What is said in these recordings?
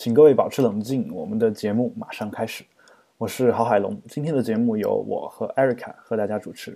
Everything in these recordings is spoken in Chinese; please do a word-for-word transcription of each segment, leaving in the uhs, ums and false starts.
请各位保持冷静，我们的节目马上开始。我是郝海龙，今天的节目由我和 Erica 和大家主持。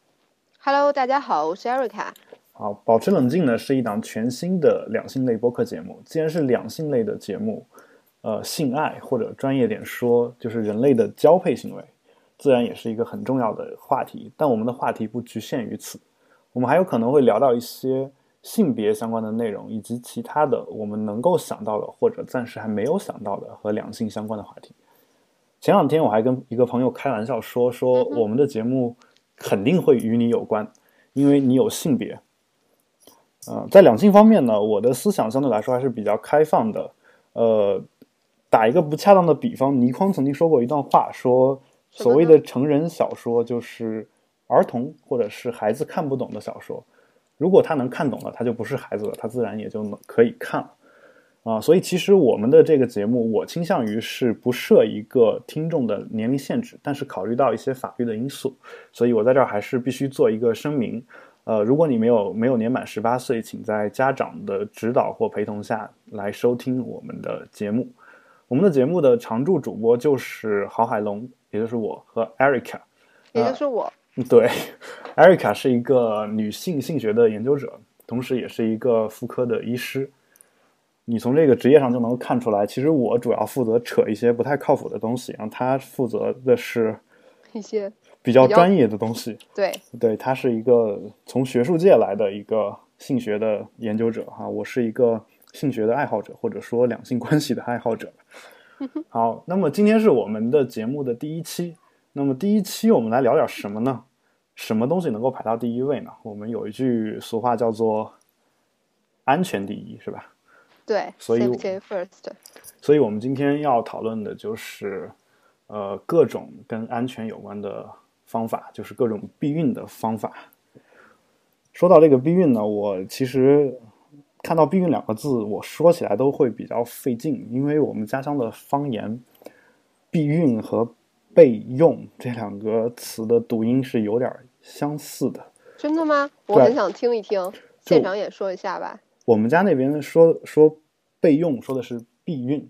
Hello， 大家好，我是 Erica。 好，保持冷静呢是一档全新的两性类播客节目。既然是两性类的节目，呃，性爱或者专业点说，就是人类的交配行为，自然也是一个很重要的话题。但我们的话题不局限于此，我们还有可能会聊到一些性别相关的内容，以及其他的我们能够想到的或者暂时还没有想到的和两性相关的话题。前两天我还跟一个朋友开玩笑说，说我们的节目肯定会与你有关，因为你有性别。呃，在两性方面呢，我的思想相对来说还是比较开放的。呃，打一个不恰当的比方，倪匡曾经说过一段话，说所谓的成人小说就是儿童或者是孩子看不懂的小说。如果他能看懂了，他就不是孩子了，他自然也就能可以看了。啊，所以其实我们的这个节目，我倾向于是不设一个听众的年龄限制，但是考虑到一些法律的因素，所以我在这儿还是必须做一个声明。呃，如果你没有没有年满十八岁，请在家长的指导或陪同下来收听我们的节目。我们的节目的常驻主播就是郝海龙，也就是我和 Erica， 也就是我。 呃、对 ，Erica 是一个女性性学的研究者，同时也是一个妇科的医师。你从这个职业上就能够看出来，其实我主要负责扯一些不太靠谱的东西，然后他负责的是一些比较专业的东西。 对对，他是一个从学术界来的一个性学的研究者哈，我是一个性学的爱好者，或者说两性关系的爱好者。好，那么今天是我们的节目的第一期，那么第一期我们来聊点什么呢？什么东西能够排到第一位呢？我们有一句俗话叫做安全第一，是吧？ 对， 所以 safety first。 所以我们今天要讨论的就是呃各种跟安全有关的方法，就是各种避孕的方法。说到这个避孕呢，我其实看到避孕两个字，我说起来都会比较费劲，因为我们家乡的方言避孕和备用这两个词的读音是有点相似的。 真的吗？我很想听一听，现场也说一下吧。 我们家那边说说备用说的是避孕，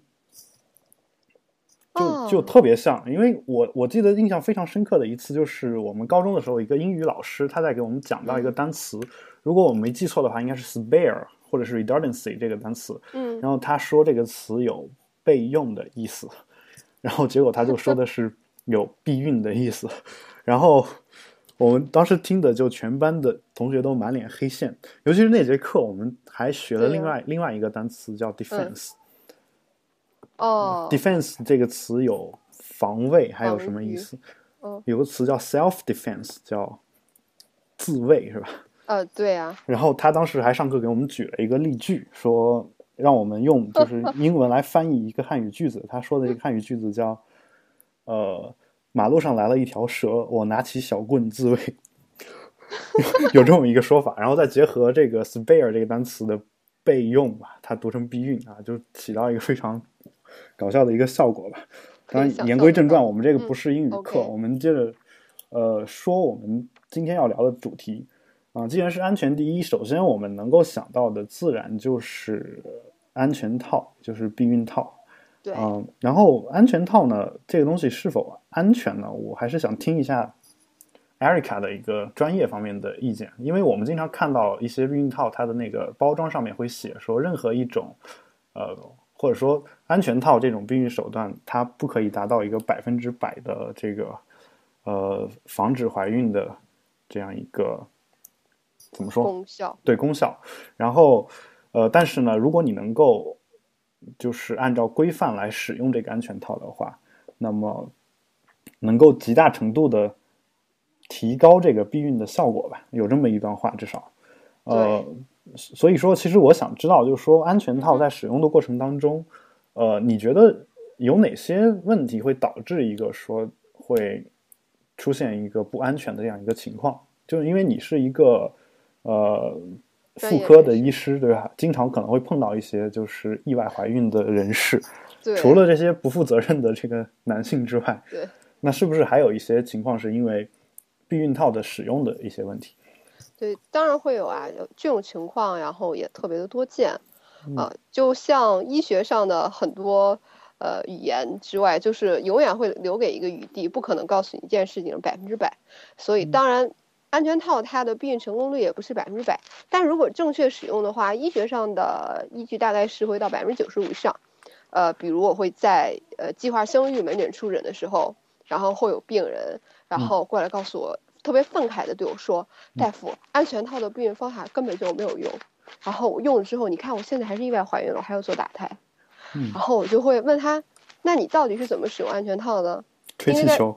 就就特别像。因为我我记得印象非常深刻的一次，就是我们高中的时候，一个英语老师他在给我们讲到一个单词，嗯、如果我没记错的话，应该是 spare 或者是 redundancy 这个单词。 嗯， 然后他说这个词有备用的意思，然后结果他就说的是有避孕的意思，然后我们当时听的就全班的同学都满脸黑线，尤其是那节课我们还学了另外、啊、另外一个单词叫 defense。 嗯哦 defense 这个词有防卫，还有什么意思？ 哦、 有个词叫 self defense， 叫自卫，是吧？ 呃，对啊。 然后他当时还上课给我们举了一个例句，说让我们用就是英文来翻译一个汉语句子。他说的这个汉语句子叫呃马路上来了一条蛇，我拿起小棍自卫。有这么一个说法，然后再结合这个 spare 这个单词的备用吧，它读成避孕啊，就起到一个非常搞笑的一个效果吧。当然言归正传，我们这个不是英语课、嗯、我们接着呃说我们今天要聊的主题啊。既然是安全第一，首先我们能够想到的自然就是安全套，就是避孕套。 对， 嗯，然后安全套呢，这个东西是否安全呢？我还是想听一下Erica 的一个专业方面的意见，因为我们经常看到一些避孕套，它的那个包装上面会写说，任何一种，呃，或者说安全套这种避孕手段，它不可以达到一个百分之百的这个，呃，防止怀孕的这样一个怎么说？ 功效。 对，功效。然后，呃，但是呢，如果你能够就是按照规范来使用这个安全套的话，那么能够极大程度的提高这个避孕的效果吧，有这么一段话至少。呃，所以说其实我想知道，就是说安全套在使用的过程当中，呃，你觉得有哪些问题会导致一个说会出现一个不安全的这样一个情况？就是因为你是一个呃妇科的医师，对吧？经常可能会碰到一些就是意外怀孕的人士， 对， 除了这些不负责任的这个男性之外， 对， 那是不是还有一些情况是因为避孕套的使用的一些问题？ 对，当然会有啊，有这种情况，然后也特别的多见。 啊，就像医学上的很多呃语言之外，就是永远会留给一个余地，不可能告诉你一件事情百分之百。所以当然，安全套它的避孕成功率也不是百分之百，但如果正确使用的话，医学上的依据大概是会到百分之九十五以上。呃，比如我会在呃计划生育门诊出诊的时候，然后会有病人，然后过来告诉我，特别愤慨的对我说：“大夫，安全套的避孕方法根本就没有用。”然后我用了之后，你看我现在还是意外怀孕了，我还要做打胎。 嗯， 然后我就会问他，那你到底是怎么使用安全套的？ 吹气球。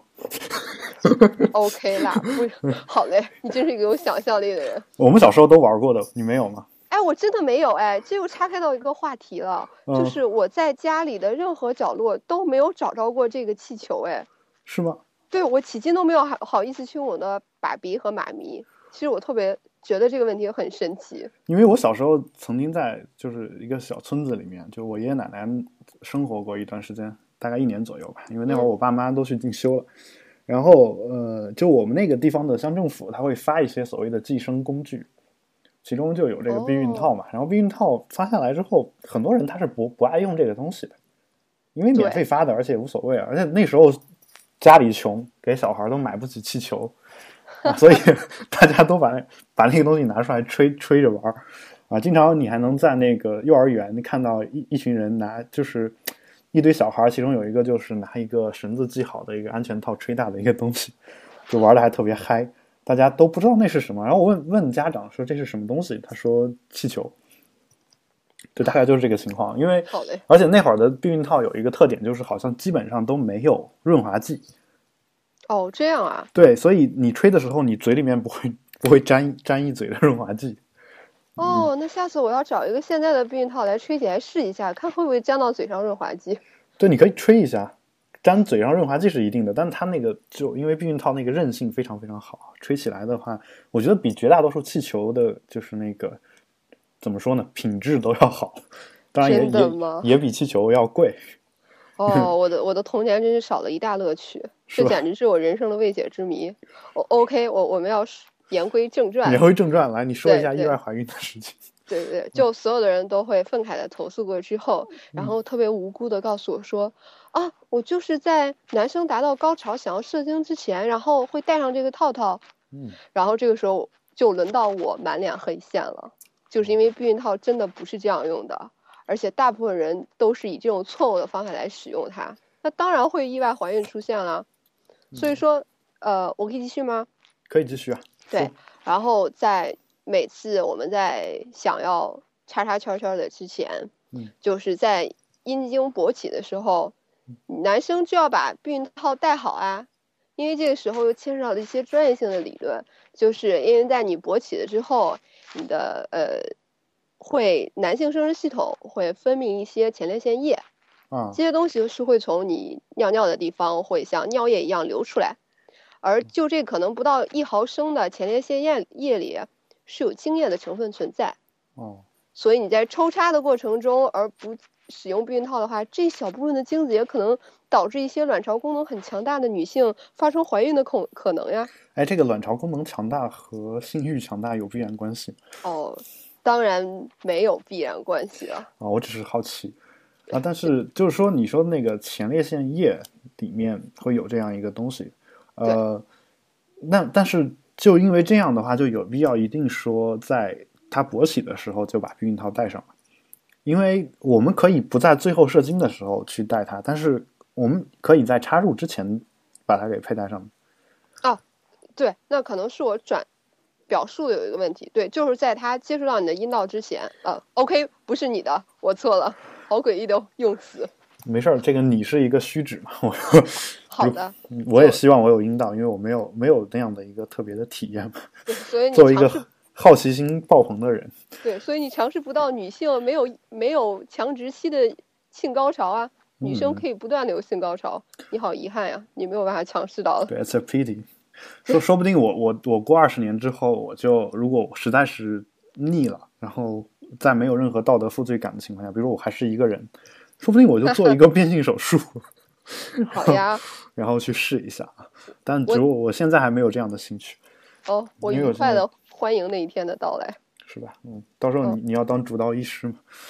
OK 啦，不，好嘞，你真是一个有想象力的人。 我们小时候都玩过的，你没有吗？ 哎，我真的没有哎，这又岔开到一个话题了，嗯、就是我在家里的任何角落都没有找着过这个气球，哎， 是吗？ 对，我迄今都没有好好意思去问我的爸比和妈咪。其实我特别觉得这个问题很神奇， 因为我小时候曾经在就是一个小村子里面，就我爷爷奶奶生活过一段时间，大概一年左右吧。因为那会儿我爸妈都去进修了，嗯、然后呃，就我们那个地方的乡政府，他会发一些所谓的计生工具。其中就有这个避孕套嘛，哦、然后避孕套发下来之后，很多人他是不不爱用这个东西的，因为免费发的，而且无所谓，而且那时候家里穷，给小孩都买不起气球，啊、所以大家都把把那个东西拿出来吹吹着玩啊。经常你还能在那个幼儿园看到一一群人拿，就是一堆小孩，其中有一个就是拿一个绳子系好的一个安全套吹大的一个东西，就玩的还特别嗨。大家都不知道那是什么，然后我问问家长说这是什么东西，他说气球，就大概就是这个情况。因为而且那会儿的避孕套有一个特点，就是好像基本上都没有润滑剂。 哦，这样啊？ 对，所以你吹的时候，你嘴里面不会不会沾沾一嘴的润滑剂。 哦，那下次我要找一个现在的避孕套来吹起来试一下，看会不会沾到嘴上润滑剂。 对，你可以吹一下。沾嘴上润滑剂是一定的，但它那个就因为避孕套那个韧性非常非常好，吹起来的话，我觉得比绝大多数气球的，就是那个怎么说呢，品质都要好。当然也也也比气球要贵。 哦，我的我的童年真是少了一大乐趣，这简直是我人生的未解之谜。我 OK， 我我们要言归正传。 言归正传，来你说一下意外怀孕的事情。 对对对，就所有的人都会愤慨的投诉过之后，然后特别无辜的告诉我说，啊，我就是在男生达到高潮想要射精之前，然后会戴上这个套套， 嗯， 然后这个时候就轮到我满脸黑线了，就是因为避孕套真的不是这样用的，而且大部分人都是以这种错误的方法来使用它，那当然会意外怀孕出现了。所以说，呃，我可以继续吗？ 可以继续啊。 对，然后在。每次我们在想要叉叉圈圈的之前， 嗯， 就是在阴茎勃起的时候，男生就要把避孕套戴好啊，因为这个时候又牵涉到了一些专业性的理论，就是因为在你勃起了之后，你的呃会男性生殖系统会分泌一些前列腺液， 啊， 这些东西是会从你尿尿的地方会像尿液一样流出来，而就这可能不到一毫升的前列腺液液里。是有精液的成分存在， 哦， 所以你在抽插的过程中，而不使用避孕套的话，这小部分的精子也可能导致一些卵巢功能很强大的女性发生怀孕的可可能呀。 哎，这个卵巢功能强大和性欲强大有必然关系？ 哦，当然没有必然关系了。 啊，我只是好奇啊，但是就是说，你说那个前列腺液里面会有这样一个东西，呃，那但是。就因为这样的话，就有必要一定说，在他勃起的时候就把避孕套戴上了，因为我们可以不在最后射精的时候去戴它，但是我们可以在插入之前把它给佩戴上。 哦，对，那可能是我转表述有一个问题，对，就是在他接触到你的阴道之前，呃 ，OK， 不是你的，我错了，好诡异的用词。 没事儿，这个你是一个虚指嘛，我好的， 我也希望我有阴道，因为我没有没有那样的一个特别的体验嘛。 对，所以你作为一个好奇心爆棚的人， 对，所以你尝试不到女性没有没有强直期的性高潮啊，女生可以不断的有性高潮，嗯、你好遗憾呀，你没有办法尝试到了。 对 ，it's a pity。说说不定我我我过二十年之后，我就如果实在是腻了，然后在没有任何道德负罪感的情况下，比如说我还是一个人。说不定我就做一个变性手术， 好呀， 然后去试一下，但只不过我现在还没有这样的兴趣。 哦，我愉快的欢迎那一天的到来， 是吧？嗯，到时候你、嗯、你要当主刀医师吗？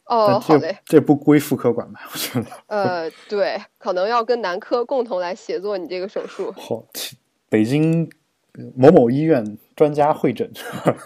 哦，好嘞， 这不归妇科管吧？我觉得。 呃，对，可能要跟男科共同来协作你这个手术。 好，北京某某医院专家会诊。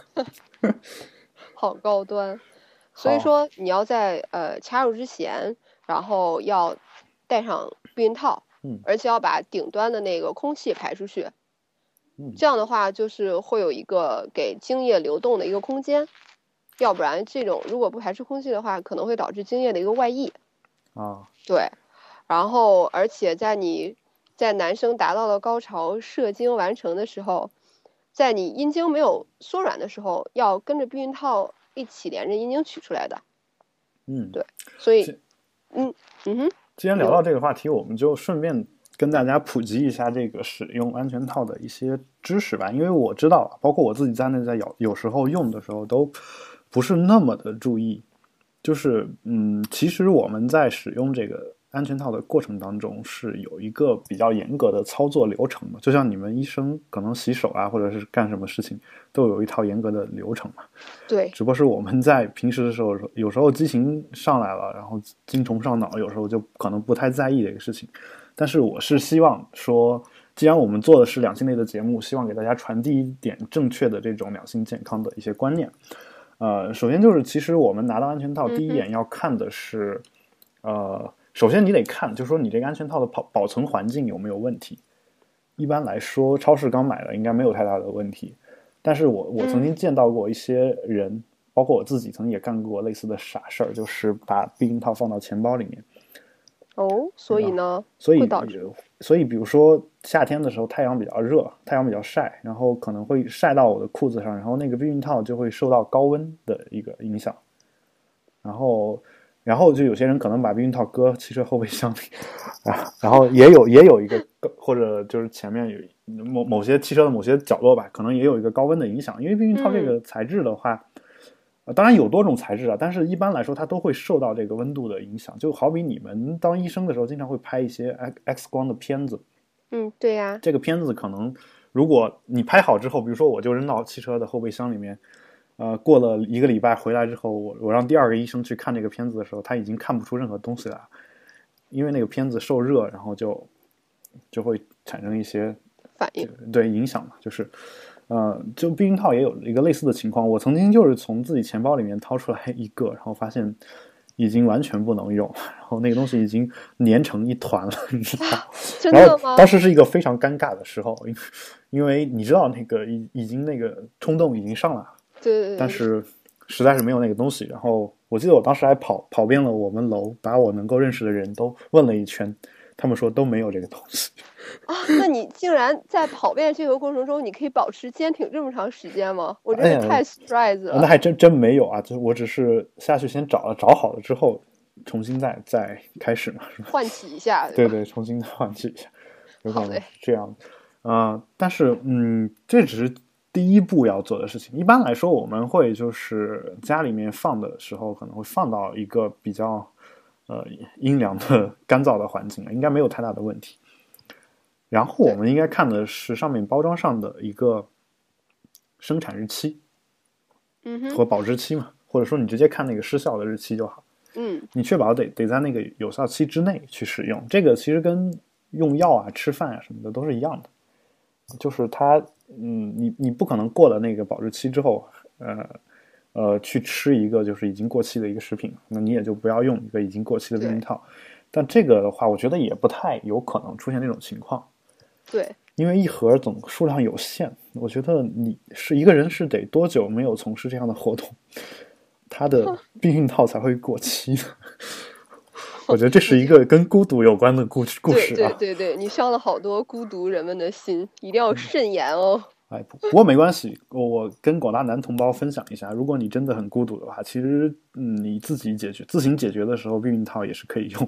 好高端，所以说你要在呃插入之前，然后要戴上避孕套， 嗯， 而且要把顶端的那个空气排出去， 嗯， 这样的话就是会有一个给精液流动的一个空间，要不然这种如果不排出空气的话，可能会导致精液的一个外溢。 啊， 对，然后而且在你在男生达到了高潮射精完成的时候，在你阴茎没有缩软的时候，要跟着避孕套一起连着阴茎取出来的。 嗯， 对，所以，嗯嗯哼。 既然聊到这个话题，我们就顺便跟大家普及一下这个使用安全套的一些知识吧。因为我知道，包括我自己在内，在有有时候用的时候都不是那么的注意。就是嗯，其实我们在使用这个安全套的过程当中是有一个比较严格的操作流程的，就像你们医生可能洗手啊，或者是干什么事情都有一套严格的流程嘛。 对， 只不过是我们在平时的时候，有时候激情上来了，然后精虫上脑，有时候就可能不太在意这个事情。但是我是希望说，既然我们做的是两性类的节目，希望给大家传递一点正确的这种两性健康的一些观念。呃，首先就是，其实我们拿到安全套，第一眼要看的是，嗯、呃，首先你得看，就是说你这个安全套的保保存环境有没有问题。一般来说，超市刚买的应该没有太大的问题。但是我我曾经见到过一些人，嗯、包括我自己，曾经也干过类似的傻事儿，就是把避孕套放到钱包里面。 哦，所以呢？ 所以会导致， 所以比如说夏天的时候太阳比较热，太阳比较晒，然后可能会晒到我的裤子上，然后那个避孕套就会受到高温的一个影响，然后然后就有些人可能把避孕套搁汽车后备箱里，然后也有也有一个或者就是前面有某某些汽车的某些角落吧，可能也有一个高温的影响，因为避孕套这个材质的话。嗯当然有多种材质啊，但是一般来说它都会受到这个温度的影响。就好比你们当医生的时候，经常会拍一些 X 光的片子。 嗯，对呀、啊。 这个片子可能，如果你拍好之后，比如说我就扔到汽车的后备箱里面，呃，过了一个礼拜回来之后，我我让第二个医生去看这个片子的时候，他已经看不出任何东西来，因为那个片子受热，然后就就会产生一些反应， 对影响嘛，就是。呃，就避孕套也有一个类似的情况，我曾经就是从自己钱包里面掏出来一个，然后发现已经完全不能用了，然后那个东西已经粘成一团了，你知道吗？ 真的吗？ 当时是一个非常尴尬的时候，因为你知道那个已已经那个冲动已经上来了， 对， 但是实在是没有那个东西。然后我记得我当时还跑跑遍了我们楼，把我能够认识的人都问了一圈，他们说都没有这个东西。 啊，那你竟然在跑遍这个过程中，你可以保持坚挺这么长时间吗？我真是太 surprise 了。 哎、那还真真没有啊，就我只是下去先找了，找好了之后，重新再再开始嘛，是吧？ 唤起一下， 对对，重新唤起一下，有可能是这样。啊、呃，但是嗯，这只是第一步要做的事情。一般来说，我们会就是家里面放的时候，可能会放到一个比较呃阴凉的、干燥的环境，应该没有太大的问题。然后我们应该看的是上面包装上的一个生产日期， 嗯和保质期嘛，或者说你直接看那个失效的日期就好。 嗯， 你确保得得在那个有效期之内去使用。这个其实跟用药啊、吃饭啊什么的都是一样的，就是它，嗯，你你不可能过了那个保质期之后，呃呃，去吃一个就是已经过期的一个食品，那你也就不要用一个已经过期的避孕套。但这个的话，我觉得也不太有可能出现这种情况。 对， 因为一盒总数量有限，我觉得你是一个人是得多久没有从事这样的活动，他的避孕套才会过期的。我觉得这是一个跟孤独有关的故事故事啊。 对对对对，你伤了好多孤独人们的心，一定要慎言哦。 哎，不过没关系，我跟广大男同胞分享一下，如果你真的很孤独的话，其实嗯你自己解决、自行解决的时候，避孕套也是可以用。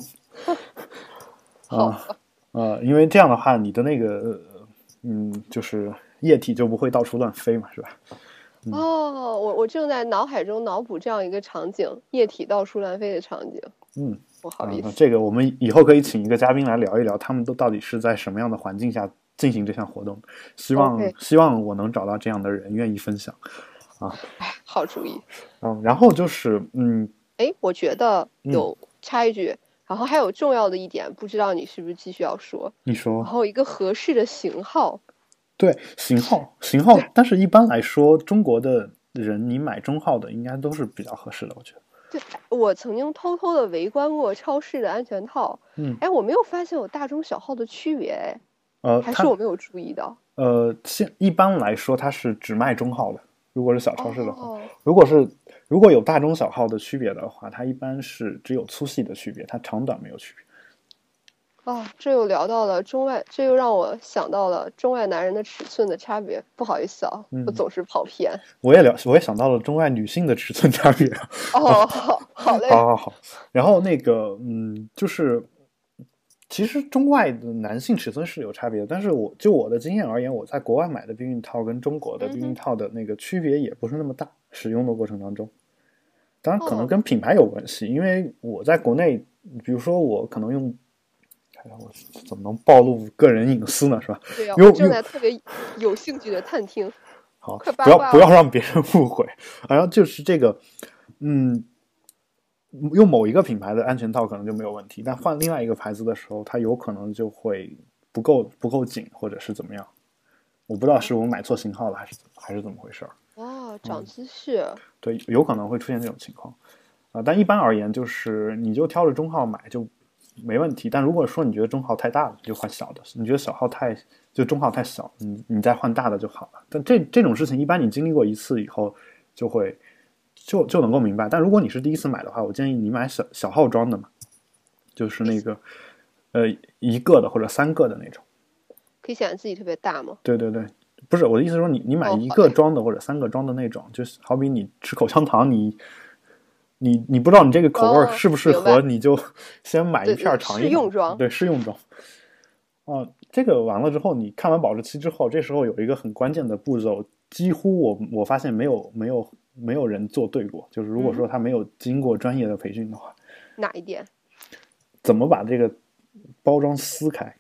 啊。 呃，因为这样的话，你的那个，嗯，就是液体就不会到处乱飞嘛，是吧？ 嗯、哦，我我正在脑海中脑补这样一个场景，液体到处乱飞的场景。 嗯， 不好意思、 呃，这个我们以后可以请一个嘉宾来聊一聊，他们都到底是在什么样的环境下进行这项活动。希望、okay. 希望我能找到这样的人愿意分享。啊， 好主意。 嗯，然后就是，嗯， 哎，我觉得有插一句、嗯，然后还有重要的一点，不知道你是不是继续要说？ 你说。 然后一个合适的型号。 对，型号型号，但是一般来说，中国的人你买中号的应该都是比较合适的，我觉得。 对，我曾经偷偷的围观过超市的安全套， 嗯， 哎，我没有发现有大中小号的区别，哎， 呃， 还是我没有注意到。 呃，现一般来说它是只卖中号的，如果是小超市的话， 哦、 如果是如果有大中小号的区别的话，它一般是只有粗细的区别，它长短没有区别。 哦，这又聊到了中外，这又让我想到了中外男人的尺寸的差别。不好意思啊， 嗯、 我总是跑偏。 我也聊，我也想到了中外女性的尺寸差别。 哦，好，好嘞， 好好好。然后那个，嗯，就是其实中外的男性尺寸是有差别的，但是我就我的经验而言，我在国外买的避孕套跟中国的避孕套的那个区别也不是那么大，嗯、使用的过程当中。当然可能跟品牌有关系，哦、因为我在国内，比如说我可能用。我怎么能暴露个人隐私呢？是吧？ 对呀、啊，我正在特别有兴趣的探听。 好，不要不要让别人误会。然后就是这个，嗯，用某一个品牌的安全套可能就没有问题，但换另外一个牌子的时候，它有可能就会不够不够紧，或者是怎么样。我不知道是我买错型号了，还是还是怎么回事。 哇，长知识、嗯！ 对，有可能会出现这种情况啊、呃，但一般而言，就是你就挑着中号买就。没问题，但如果说你觉得中号太大了，就换小的；你觉得小号太就中号太小，你你再换大的就好了。但这这种事情，一般你经历过一次以后，就会就就能够明白。但如果你是第一次买的话，我建议你买小小号装的嘛，就是那个呃一个的或者三个的那种。 可以显得自己特别大吗？ 对对对，不是我的意思说你你买一个装的或者三个装的那种，哦、就是好比你吃口香糖你。你你不知道你这个口味适不适合，哦、你就先买一片尝一尝。 试用装， 对，试用装。哦、呃，这个完了之后，你看完保质期之后，这时候有一个很关键的步骤，几乎我我发现没有没有没有人做对过。就是如果说他没有经过专业的培训的话， 嗯、哪一点？ 怎么把这个包装撕开？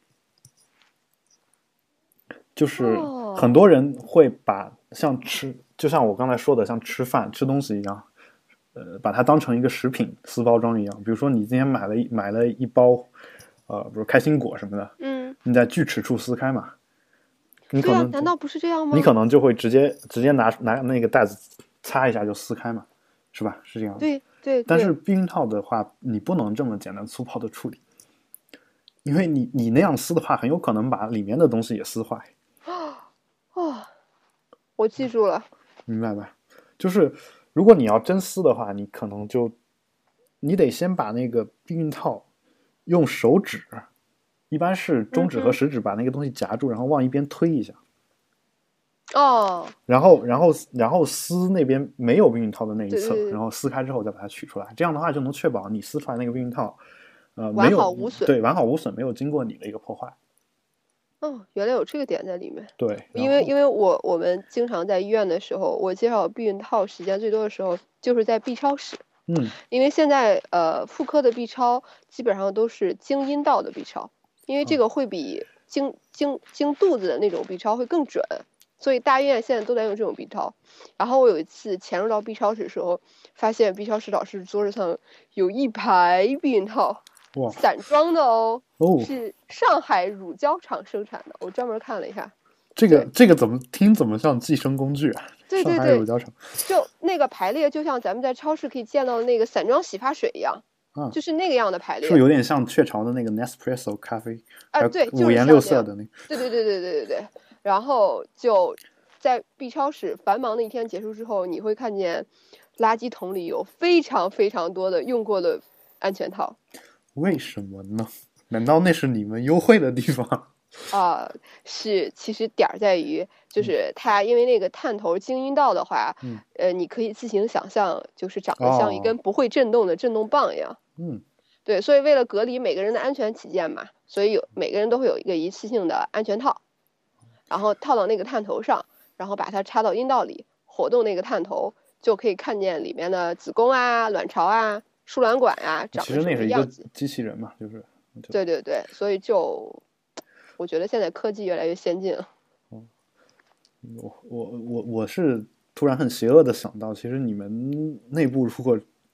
就是很多人会把像吃，就像我刚才说的，像吃饭吃东西一样。呃，把它当成一个食品撕包装一样，比如说你今天买了一买了一包，呃，比如开心果什么的， 嗯， 你在锯齿处撕开嘛，你可能、 啊、难道不是这样吗？ 你可能就会直接直接拿拿那个袋子擦一下就撕开嘛，是吧？是这样的。 对 对, 对。 但是避孕套的话，你不能这么简单粗暴的处理，因为你你那样撕的话，很有可能把里面的东西也撕坏。 啊、哦，我记住了， 明白吧？就是。如果你要真撕的话，你可能就，你得先把那个避孕套用手指，一般是中指和食指把那个东西夹住，嗯、然后往一边推一下。 哦。 然后，然后，然后撕那边没有避孕套的那一侧， 对对对， 然后撕开之后再把它取出来。这样的话就能确保你撕出来那个避孕套，呃， 完好无损。 对，完好无损，没有经过你的一个破坏。 哦，原来有这个点在里面。 对， 因为因为我我们经常在医院的时候，我介绍避孕套时间最多的时候就是在 B 超室。 嗯， 因为现在呃妇科的 B 超基本上都是经阴道的 B 超，因为这个会比经经经肚子的那种 B 超会更准，所以大医院现在都在用这种 B 超。然后我有一次潜入到 B 超室的时候，发现 B 超室老师桌子上有一排避孕套。散装的哦， 哦， 是上海乳胶厂生产的，我专门看了一下。 这个这个怎么听怎么像计生工具啊？ 对对对， 上海乳胶厂就那个排列，就像咱们在超市可以见到的那个散装洗发水一样，啊、就是那个样的排列， 是不是有点像雀巢的那个 Nespresso 咖啡啊？对， 五颜六色的那个。 对对对对对对对。然后就在 B 超室繁忙的一天结束之后，你会看见垃圾桶里有非常非常多的用过的安全套。 为什么呢？难道那是你们优惠的地方？ 啊、呃，是，其实点儿在于，就是它因为那个探头经阴道的话， 嗯， 呃，你可以自行想象，就是长得像一根不会震动的震动棒一样。 嗯， 对，所以为了隔离每个人的安全起见嘛，所以有每个人都会有一个一次性的安全套，然后套到那个探头上，然后把它插到阴道里，活动那个探头，就可以看见里面的子宫啊、卵巢啊。输卵管啊，长得什么样子？ 其实那是一个机器人嘛，就是。 对对对，所以就，我觉得现在科技越来越先进了。 哦，我我我我是突然很邪恶的想到，其实你们内部如果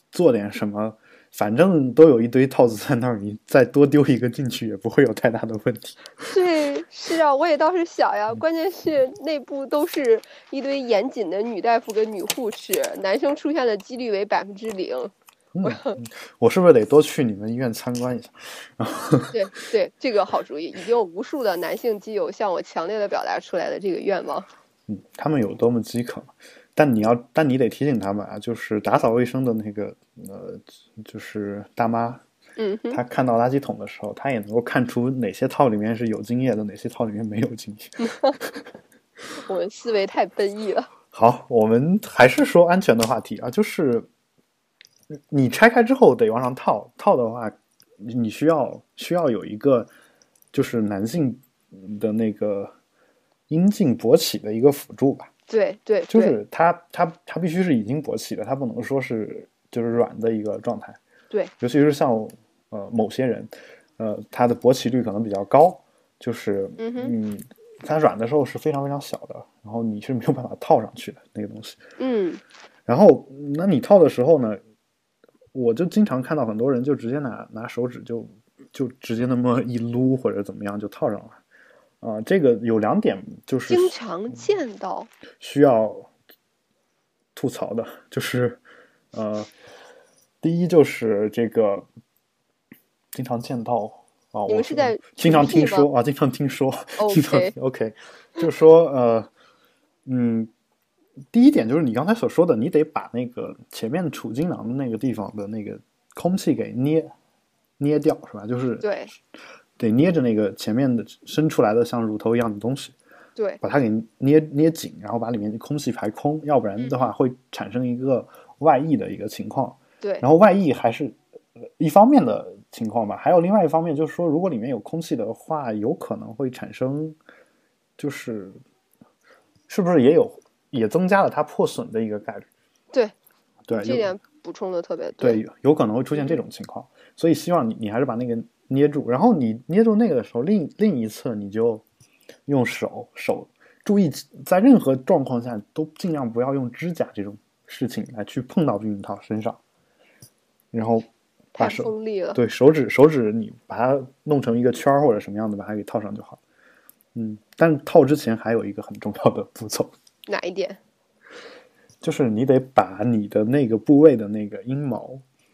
做点什么，反正都有一堆套子在那儿，你再多丢一个进去也不会有太大的问题。 对，是啊，我也倒是想呀，关键是内部都是一堆严谨的女大夫跟女护士，男生出现的几率为百分之零。 嗯，我是不是得多去你们医院参观一下？ 对对，这个好主意，已经有无数的男性基友向我强烈的表达出来的这个愿望。 嗯，他们有多么饥渴，但你要，但你得提醒他们啊，就是打扫卫生的那个呃，就是大妈， 嗯， 她看到垃圾桶的时候，她也能够看出哪些套里面是有精液的，哪些套里面没有精液。 我们思维太奔逸了。 好，我们还是说安全的话题啊，就是你拆开之后得往上套，套的话，你需要需要有一个就是男性的那个阴茎勃起的一个辅助吧。 对对， 就是它它它必须是已经勃起的，它不能说是就是软的一个状态。 对， 尤其是像呃某些人，呃他的勃起率可能比较高，就是嗯哼嗯，它软的时候是非常非常小的，然后你是没有办法套上去的那个东西。 嗯， 然后那你套的时候呢，我就经常看到很多人就直接拿拿手指就就直接那么一撸或者怎么样就套上了。啊、呃，这个有两点就是经常见到需要吐槽的，就是呃，第一就是这个经常见到啊， 你们是在经常听说啊，经常听说， okay. 经常 OK， 就说呃，嗯，第一点就是你刚才所说的，你得把那个前面储精囊的那个地方的那个空气给捏捏掉，是吧？就是对。 得捏着那个前面的伸出来的像乳头一样的东西， 对， 把它给捏捏紧，然后把里面的空气排空，要不然的话会产生一个外溢的一个情况。 对， 然后外溢还是一方面的情况吧，还有另外一方面就是说，如果里面有空气的话，有可能会产生，就是是不是也有也增加了它破损的一个概率？ 对， 对， 这点补充的特别对，有可能会出现这种情况，嗯、所以希望你你还是把那个捏住，然后你捏住那个的时候，另另一侧你就用手手注意，在任何状况下都尽量不要用指甲这种事情来去碰到避孕套身上，然后把手太锋利了， 对手指手指你把它弄成一个圈或者什么样的，把它给套上就好。嗯，但套之前还有一个很重要的步骤， 哪一点？ 就是你得把你的那个部位的那个阴毛，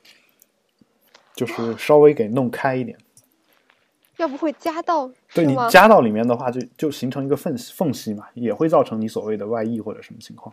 就是稍微给弄开一点。 要不会夹到？ 对，你夹到里面的话就，就就形成一个缝缝隙嘛，也会造成你所谓的外溢或者什么情况。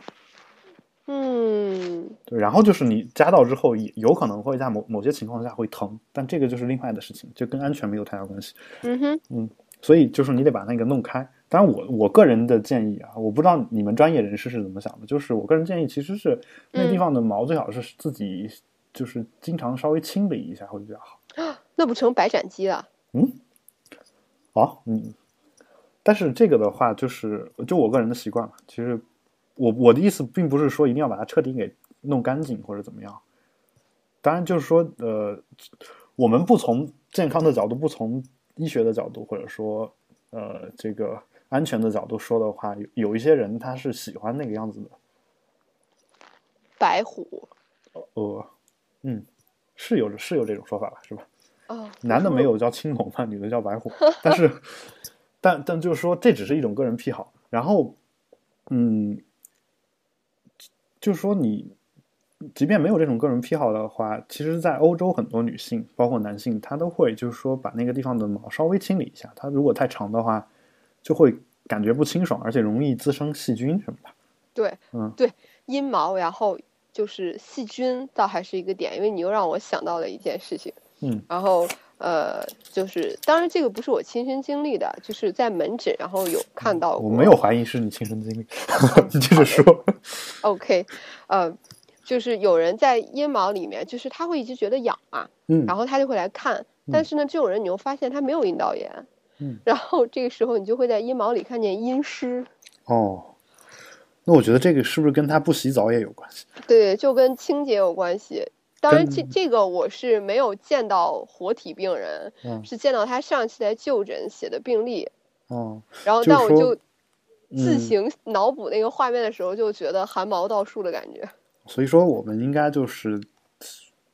嗯， 对，然后就是你夹到之后，也有可能会在某某些情况下会疼，但这个就是另外的事情，就跟安全没有太大关系。 嗯哼， 嗯，所以就是你得把那个弄开。当然我，我我个人的建议啊，我不知道你们专业人士是怎么想的，就是我个人建议其实是那地方的毛最好是自己就是经常稍微清理一下会比较好。 那不成白斩鸡了？ 嗯。啊，嗯，但是这个的话，就是就我个人的习惯嘛。其实我我的意思并不是说一定要把它彻底给弄干净或者怎么样。当然，就是说，呃，我们不从健康的角度，不从医学的角度，或者说呃这个安全的角度说的话，有有一些人他是喜欢那个样子的。 白虎。 呃，嗯，是有是有这种说法吧，是吧？ 哦， 男的没有叫青龙嘛，女的叫白虎，但是，但但就是说，这只是一种个人癖好。然后，嗯，就是说你，即便没有这种个人癖好的话，其实，在欧洲很多女性，包括男性，他都会就是说把那个地方的毛稍微清理一下。它如果太长的话，就会感觉不清爽，而且容易滋生细菌什么的。 对， 嗯， 对，阴毛，然后就是细菌，倒还是一个点，因为你又让我想到了一件事情。 嗯， 然后呃，就是当然这个不是我亲身经历的，就是在门诊，然后有看到过。 我没有怀疑是你亲身经历，你接着说。 OK， 呃，就是有人在阴毛里面，就是他会一直觉得痒嘛， 嗯， 然后他就会来看，但是呢，这种人你又发现他没有阴道炎， 嗯， 然后这个时候你就会在阴毛里看见阴湿。 哦。那我觉得这个是不是跟他不洗澡也有关系？ 对，就跟清洁有关系。当然这，这这个我是没有见到活体病人， 嗯、 是见到他上期来就诊写的病历。 哦， 然后但我就自嗯、 行脑补那个画面的时候，就觉得汗毛倒竖的感觉。 所以说，我们应该就是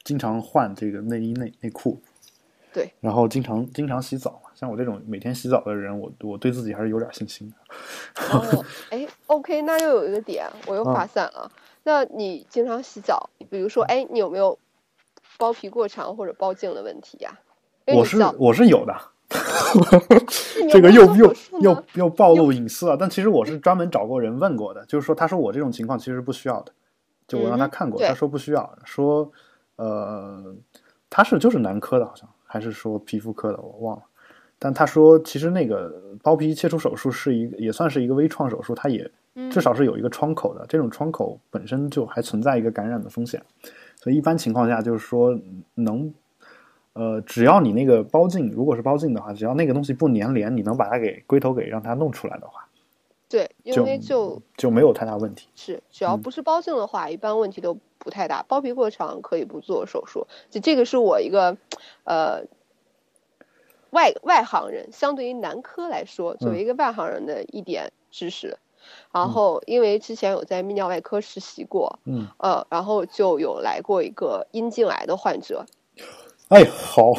经常换这个内衣内内裤， 对， 然后经常经常洗澡嘛。像我这种每天洗澡的人，我我对自己还是有点信心的。 哦，哎，OK，那又有一个点，我又发散了。嗯、那你经常洗澡，比如说，哎，你有没有包皮过长或者包茎的问题呀、啊？ 我是我是有的。这个又又又又暴露隐私了，但其实我是专门找过人问过的，就是说他说我这种情况其实不需要的，就我让他看过， 嗯、 他说不需要，说呃他是就是男科的，好像还是说皮肤科的，我忘了。但他说其实那个包皮切除手术是一个也算是一个微创手术，它也至少是有一个窗口的，这种窗口本身就还存在一个感染的风险，所以一般情况下就是说能。呃，只要你那个包茎，如果是包茎的话，只要那个东西不粘连，你能把它给龟头给让它弄出来的话， 对，因为就就没有太大问题。 是，只要不是包茎的话，嗯、一般问题都不太大。包皮过长可以不做手术，就这个是我一个呃外外行人，相对于男科来说，作为一个外行人的一点知识。嗯、然后，因为之前有在泌尿外科实习过， 嗯， 呃，然后就有来过一个阴茎癌的患者。 哎，好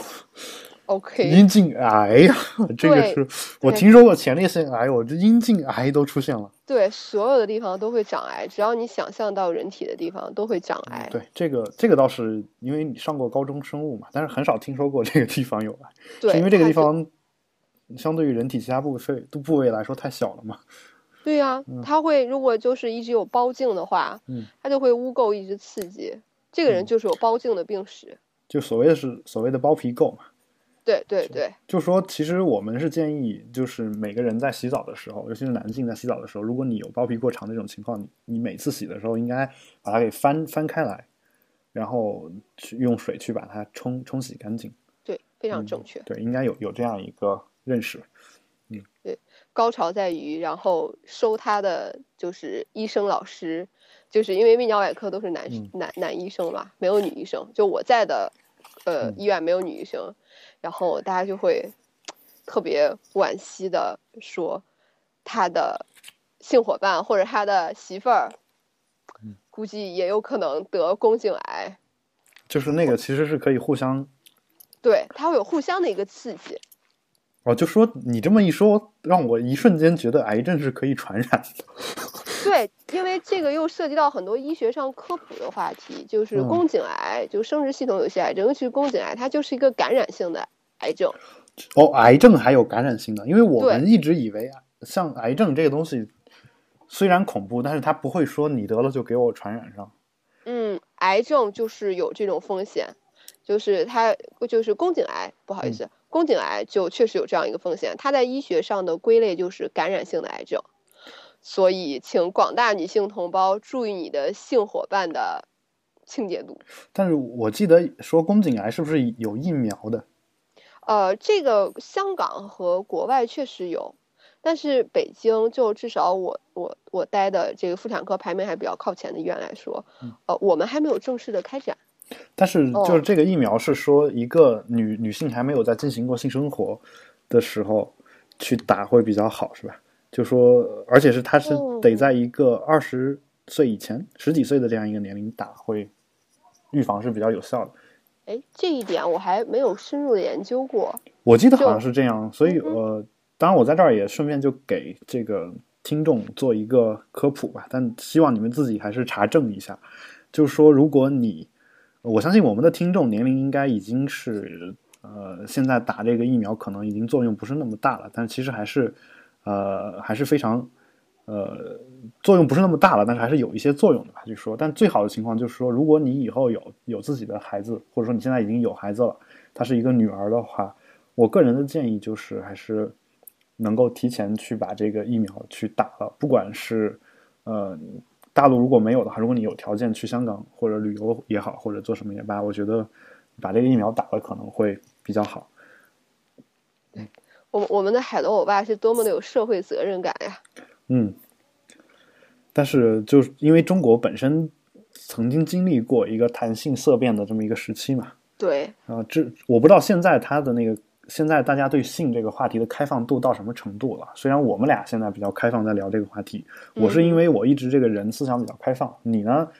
，OK， 阴茎癌呀，这个是我听说过前列腺癌，我这阴茎癌都出现了。 对，所有的地方都会长癌，只要你想象到人体的地方都会长癌。 嗯、对，这个这个倒是因为你上过高中生物嘛，但是很少听说过这个地方有癌， 对， 是因为这个地方相对于人体其他部位部位来说太小了嘛。 对呀、啊， 嗯、 它会如果就是一直有包茎的话， 嗯， 它就会污垢一直刺激，这个人就是有包茎的病史。嗯就所谓的是所谓的包皮垢嘛， 对对对， 就说其实我们是建议，就是每个人在洗澡的时候，尤其是男性在洗澡的时候，如果你有包皮过长这种情况，你你每次洗的时候应该把它给翻翻开来，然后去用水去把它冲冲洗干净。 对，非常正确。 嗯、对，应该有有这样一个认识。嗯， 对，高潮在于，然后收他的就是医生老师。就是因为泌尿外科都是男、嗯、男男医生嘛，没有女医生。就我在的，呃， 嗯、 医院没有女医生，然后大家就会特别惋惜的说，他的性伙伴或者他的媳妇儿， 嗯、 估计也有可能得宫颈癌。 就是那个其实是可以互相， 对，它会有互相的一个刺激。 哦，就说你这么一说，让我一瞬间觉得癌症是可以传染的。 对，因为这个又涉及到很多医学上科普的话题，就是宫颈癌，嗯、就生殖系统有些癌症，尤其是宫颈癌，它就是一个感染性的癌症。 哦，癌症还有感染性的，因为我们一直以为像癌症这个东西虽然恐怖，但是它不会说你得了就给我传染上。 嗯，癌症就是有这种风险，就是它就是宫颈癌，不好意思，嗯、宫颈癌就确实有这样一个风险，它在医学上的归类就是感染性的癌症。所以，请广大女性同胞注意你的性伙伴的清洁度。 但是我记得说宫颈癌是不是有疫苗的？ 呃，这个香港和国外确实有，但是北京就至少我我我待的这个妇产科排名还比较靠前的医院来说，呃，我们还没有正式的开展。 但是就是这个疫苗是说一个女、哦、女性还没有在进行过性生活的时候去打会比较好，是吧？就说，而且是他是得在一个二十岁以前、十几岁的这样一个年龄打，会预防是比较有效的。 哎，这一点我还没有深入的研究过。 我记得好像是这样，所以呃，当然我在这儿也顺便就给这个听众做一个科普吧，但希望你们自己还是查证一下。就是说，如果你，我相信我们的听众年龄应该已经是呃，现在打这个疫苗可能已经作用不是那么大了，但其实还是。呃，还是非常，呃，作用不是那么大了，但是还是有一些作用的吧。就说，但最好的情况就是说，如果你以后有有自己的孩子，或者说你现在已经有孩子了，她是一个女儿的话，我个人的建议就是还是能够提前去把这个疫苗去打了。不管是呃大陆如果没有的话，如果你有条件去香港或者旅游也好，或者做什么也罢，我觉得把这个疫苗打了可能会比较好。 对。我我们的海螺欧巴是多么的有社会责任感呀！ 嗯，但是就是因为中国本身曾经经历过一个谈性色变的这么一个时期嘛， 对啊，这我不知道现在他的那个现在大家对性这个话题的开放度到什么程度了。虽然我们俩现在比较开放在聊这个话题，我是因为我一直这个人思想比较开放，你呢，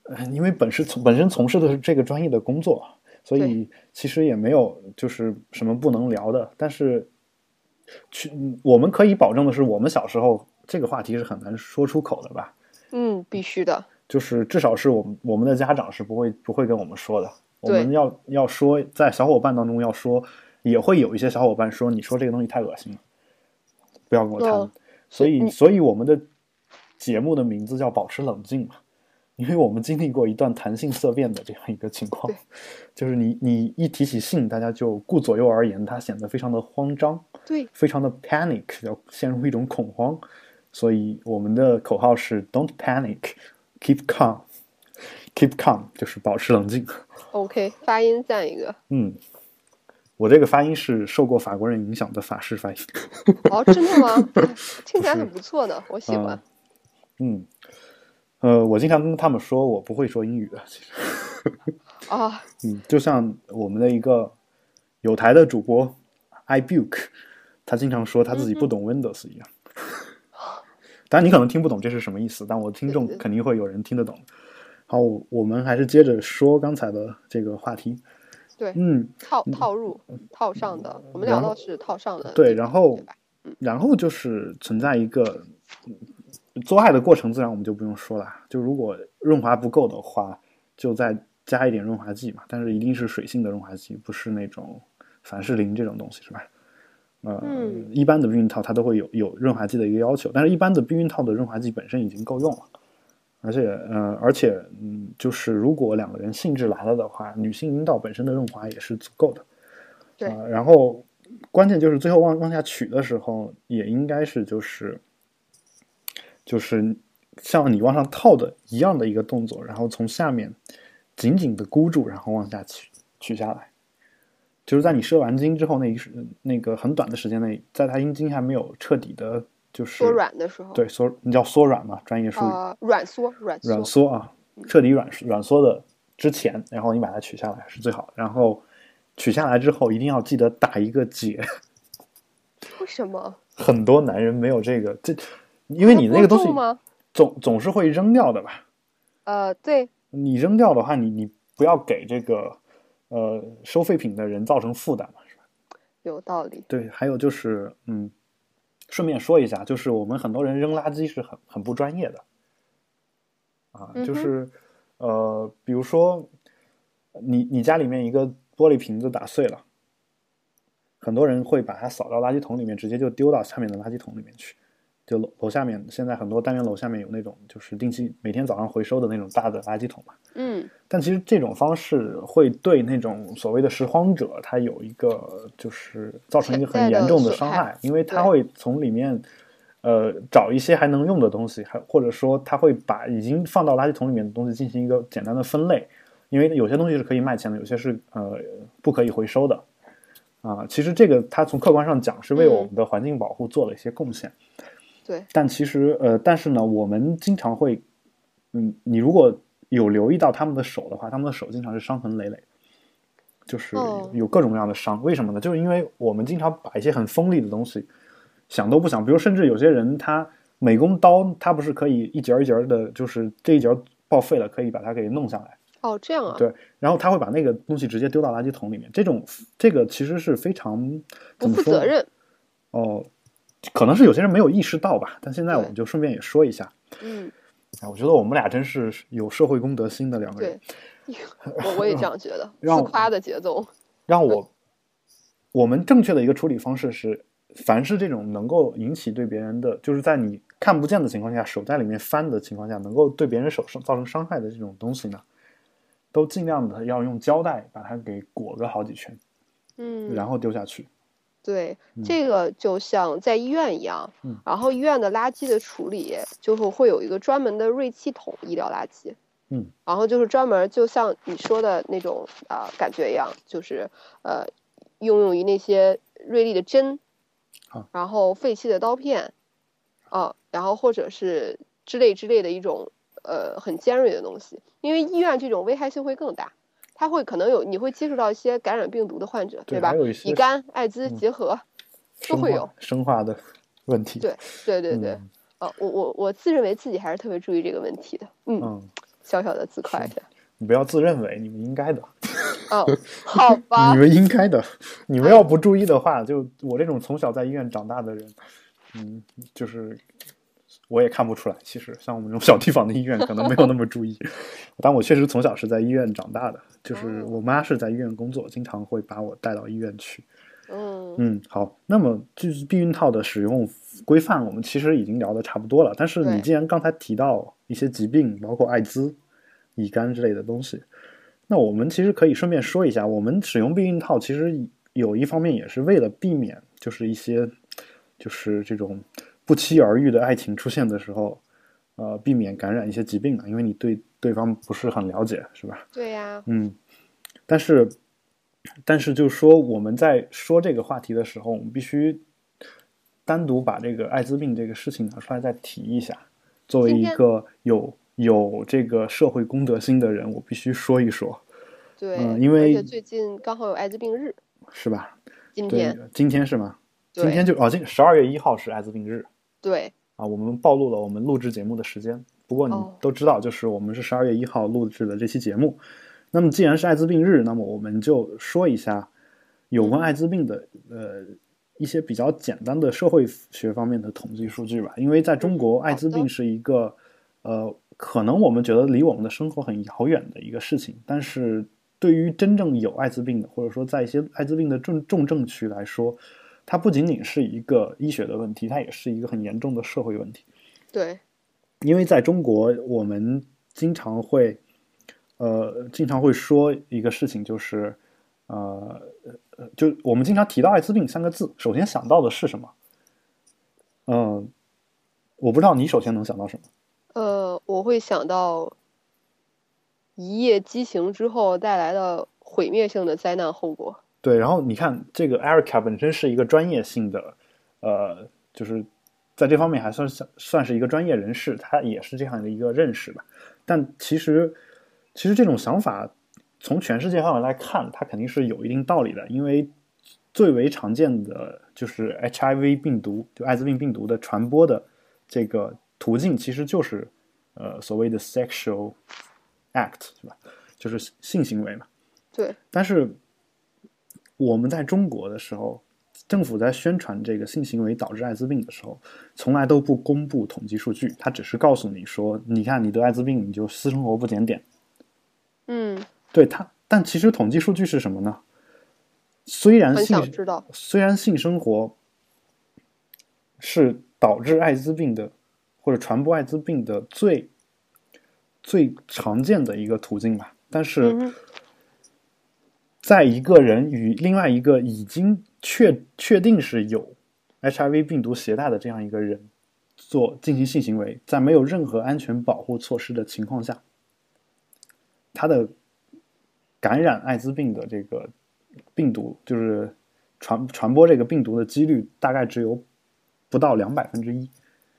呃因为本身从本身从事的是这个专业的工作，所以其实也没有就是什么不能聊的。但是去我们可以保证的是，我们小时候这个话题是很难说出口的吧？ 嗯，必须的。 就是至少是我们我们的家长是不会不会跟我们说的。我们要要说，在小伙伴当中要说，也会有一些小伙伴说，你说这个东西太恶心了，不要跟我谈。哦、所以，所以我们的节目的名字叫保持冷静嘛，因为我们经历过一段谈性色变的这样一个情况，就是你你一提起性，大家就顾左右而言，它显得非常的慌张， 对， 非常的 panic， 要陷入一种恐慌。所以我们的口号是 Don't panic，keep calm，keep calm， 就是保持冷静。 OK， 发音赞一个。 嗯，我这个发音是受过法国人影响的法式发音。 哦，真的吗？听起来很不错的，我喜欢。 嗯，呃，我经常跟他们说我不会说英语的，其实。 啊、哦， 嗯，就像我们的一个有台的主播 iBuke， 他经常说他自己不懂 Windows 一样。嗯、当然你可能听不懂这是什么意思，但我听众肯定会有人听得懂。好，我们还是接着说刚才的这个话题。 对， 嗯， 套套入套上的，我们聊到是套上的。 对，然后对吧、嗯、 然后就是存在一个做爱的过程，自然我们就不用说了。就如果润滑不够的话，就再加一点润滑剂嘛，但是一定是水性的润滑剂，不是那种凡士林这种东西，是吧？呃， 嗯、 一般的避孕套它都会有有润滑剂的一个要求，但是一般的避孕套的润滑剂本身已经够用了。而且，呃，而且，嗯，就是如果两个人兴致来了的话，女性阴道本身的润滑也是足够的。 对。 呃、然后，关键就是最后往往下取的时候，也应该是就是，就是像你往上套的一样的一个动作，然后从下面紧紧的箍住，然后往下取取下来。就是在你射完精之后，那一那个很短的时间内，在它阴茎还没有彻底的。就是缩软的时候， 对缩，你叫缩软嘛？专业术语。 呃，软缩，软缩， 软缩啊，彻底软软缩的之前，然后你把它取下来是最好的。然后取下来之后，一定要记得打一个结。 为什么？ 很多男人没有这个，这因为你那个东西总总是会扔掉的吧？ 呃，对。 你扔掉的话，你你不要给这个呃收废品的人造成负担嘛，是吧？ 有道理。 对，还有就是嗯。顺便说一下，就是我们很多人扔垃圾是很很不专业的，啊，就是，呃，比如说，你你家里面一个玻璃瓶子打碎了，很多人会把它扫到垃圾桶里面，直接就丢到下面的垃圾桶里面去。就楼楼下面，现在很多单元楼下面有那种就是定期每天早上回收的那种大的垃圾桶嘛。 嗯。 但其实这种方式会对那种所谓的拾荒者，他有一个就是造成一个很严重的伤害，因为他会从里面呃找一些还能用的东西，还或者说他会把已经放到垃圾桶里面的东西进行一个简单的分类，因为有些东西是可以卖钱的，有些是呃不可以回收的啊。其实这个它从客观上讲是为我们的环境保护做了一些贡献。 嗯、对。 但其实呃，但是呢，我们经常会，嗯，你如果有留意到他们的手的话，他们的手经常是伤痕累累，就是有各种各样的伤。哦、为什么呢？就是因为我们经常把一些很锋利的东西想都不想，比如甚至有些人他美工刀，他不是可以一节一节的，就是这一节报废了，可以把它给弄下来。 哦，这样啊。 对，然后他会把那个东西直接丢到垃圾桶里面。这种这个其实是非常不负责任。 哦，可能是有些人没有意识到吧，但现在我们就顺便也说一下。 嗯。 哎，我觉得我们俩真是有社会公德心的两个人。 对，我我也这样觉得。自夸的节奏。 让我，我们正确的一个处理方式是，凡是这种能够引起对别人的，就是在你看不见的情况下，手在里面翻的情况下，能够对别人手上造成伤害的这种东西呢，都尽量的要用胶带把它给裹个好几圈， 嗯， 然后丢下去。 对，这个就像在医院一样， 嗯、 然后医院的垃圾的处理就是会有一个专门的锐气筒医疗垃圾， 嗯， 然后就是专门就像你说的那种啊、呃、感觉一样，就是呃应用于那些锐利的针， 啊， 然后废弃的刀片，啊，然后或者是之类之类的一种呃很尖锐的东西，因为医院这种危害性会更大。它会可能有，你会接触到一些感染病毒的患者， 对, 对吧？乙肝、艾滋、 嗯、 结核都会有生化的问题。 对对对对，嗯、呃，我我我自认为自己还是特别注意这个问题的。嗯， 嗯小小的自夸一下。 你不要自认为，你们应该的。 哦，好吧。 你们应该的，你们要不注意的话，就我这种从小在医院长大的人，嗯，就是我也看不出来。其实像我们这种小地方的医院，可能没有那么注意。但我确实从小是在医院长大的，就是我妈是在医院工作，经常会把我带到医院去。 嗯嗯，好，那么就是避孕套的使用规范，我们其实已经聊得差不多了。但是你既然刚才提到一些疾病，包括艾滋、乙肝之类的东西，那我们其实可以顺便说一下，我们使用避孕套其实有一方面也是为了避免，就是一些就是这种不期而遇的爱情出现的时候，呃，避免感染一些疾病啊，因为你对对方不是很了解，是吧？ 对呀。 嗯，但是。但是就是说我们在说这个话题的时候，我们必须单独把这个艾滋病这个事情拿出来再提一下。作为一个有有这个社会公德心的人，我必须说一说。 对， 嗯，因为而且最近刚好有艾滋病日， 是吧？ 今天， 今天是吗？今天就哦，今十二月一号是艾滋病日。 对。 啊，我们暴露了我们录制节目的时间。不过你都知道，就是我们是十二月一号录制的这期节目。那么既然是艾滋病日，那么我们就说一下有关艾滋病的、嗯、呃一些比较简单的社会学方面的统计数据吧。因为在中国，艾滋病是一个呃可能我们觉得离我们的生活很遥远的一个事情，但是对于真正有艾滋病的，或者说在一些艾滋病的重重症区来说，它不仅仅是一个医学的问题，它也是一个很严重的社会问题。 对， 因为在中国，我们经常会。呃，经常会说一个事情，就是，呃，就我们经常提到艾滋病三个字，首先想到的是什么？嗯、呃，我不知道你首先能想到什么。 呃，我会想到一夜畸形之后带来的毁灭性的灾难后果。 对，然后你看，这个 Erica 本身是一个专业性的，呃，就是在这方面还算算是一个专业人士，他也是这样的一个认识吧。但其实。其实这种想法从全世界范围来看，它肯定是有一定道理的，因为最为常见的就是 H I V 病毒，就艾滋病病毒的传播的这个途径，其实就是呃所谓的 sexual act， 是吧？就是性行为嘛。 对。 但是我们在中国的时候，政府在宣传这个性行为导致艾滋病的时候，从来都不公布统计数据，他只是告诉你说，你看你得艾滋病，你就私生活不检点。 嗯， 对它，但其实统计数据是什么呢？虽然性很想知道， 虽然性生活是导致艾滋病的或者传播艾滋病的最最常见的一个途径吧，但是， 嗯、 在一个人与另外一个已经确确定是有 H I V 病毒携带的这样一个人做进行性行为，在没有任何安全保护措施的情况下。它的感染艾滋病的这个病毒，就是传传播这个病毒的几率大概只有不到两百分之一。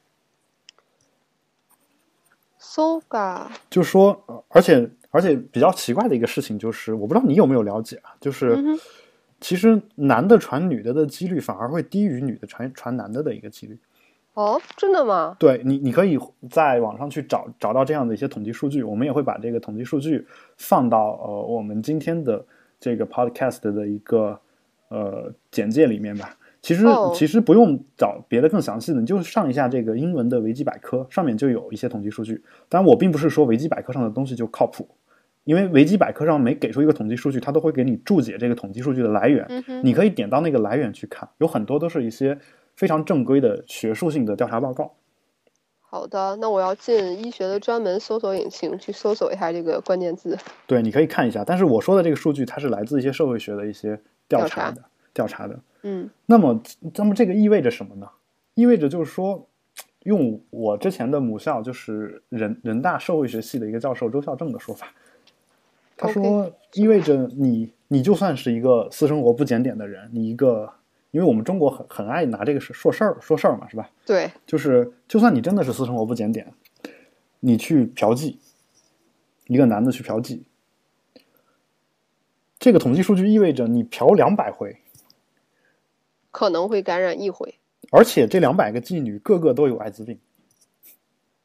So ga， 就说，而且而且比较奇怪的一个事情就是，我不知道你有没有了解啊，就是、 嗯、 其实男的传女的的几率反而会低于女的传传男的的一个几率。 哦，真的吗？ 对，你你可以在网上去找找到这样的一些统计数据，我们也会把这个统计数据放到呃我们今天的这个 podcast 的一个呃简介里面吧。其实、 哦、 其实不用找别的更详细的，你就上一下这个英文的维基百科，上面就有一些统计数据。当然，我并不是说维基百科上的东西就靠谱，因为维基百科上每给出一个统计数据，它都会给你注解这个统计数据的来源， 嗯、 你可以点到那个来源去看，有很多都是一些非常正规的学术性的调查报告。 好的，那我要进医学的专门搜索引擎去搜索一下这个关键字。 对，你可以看一下。但是我说的这个数据，它是来自一些社会学的一些调查的调查的。 嗯， 那么，那么这个意味着什么呢？意味着就是说，用我之前的母校就是人人大社会学系的一个教授周孝正的说法，他说，意味着你你就算是一个私生活不检点的人，你一个。因为我们中国很很爱拿这个说事儿说事儿嘛，是吧？ 对， 就是就算你真的是私生活不检点，你去嫖妓，一个男的去嫖妓，这个统计数据意味着你嫖两百回， 可能会感染一回， 而且这两百个妓女个个都有艾滋病。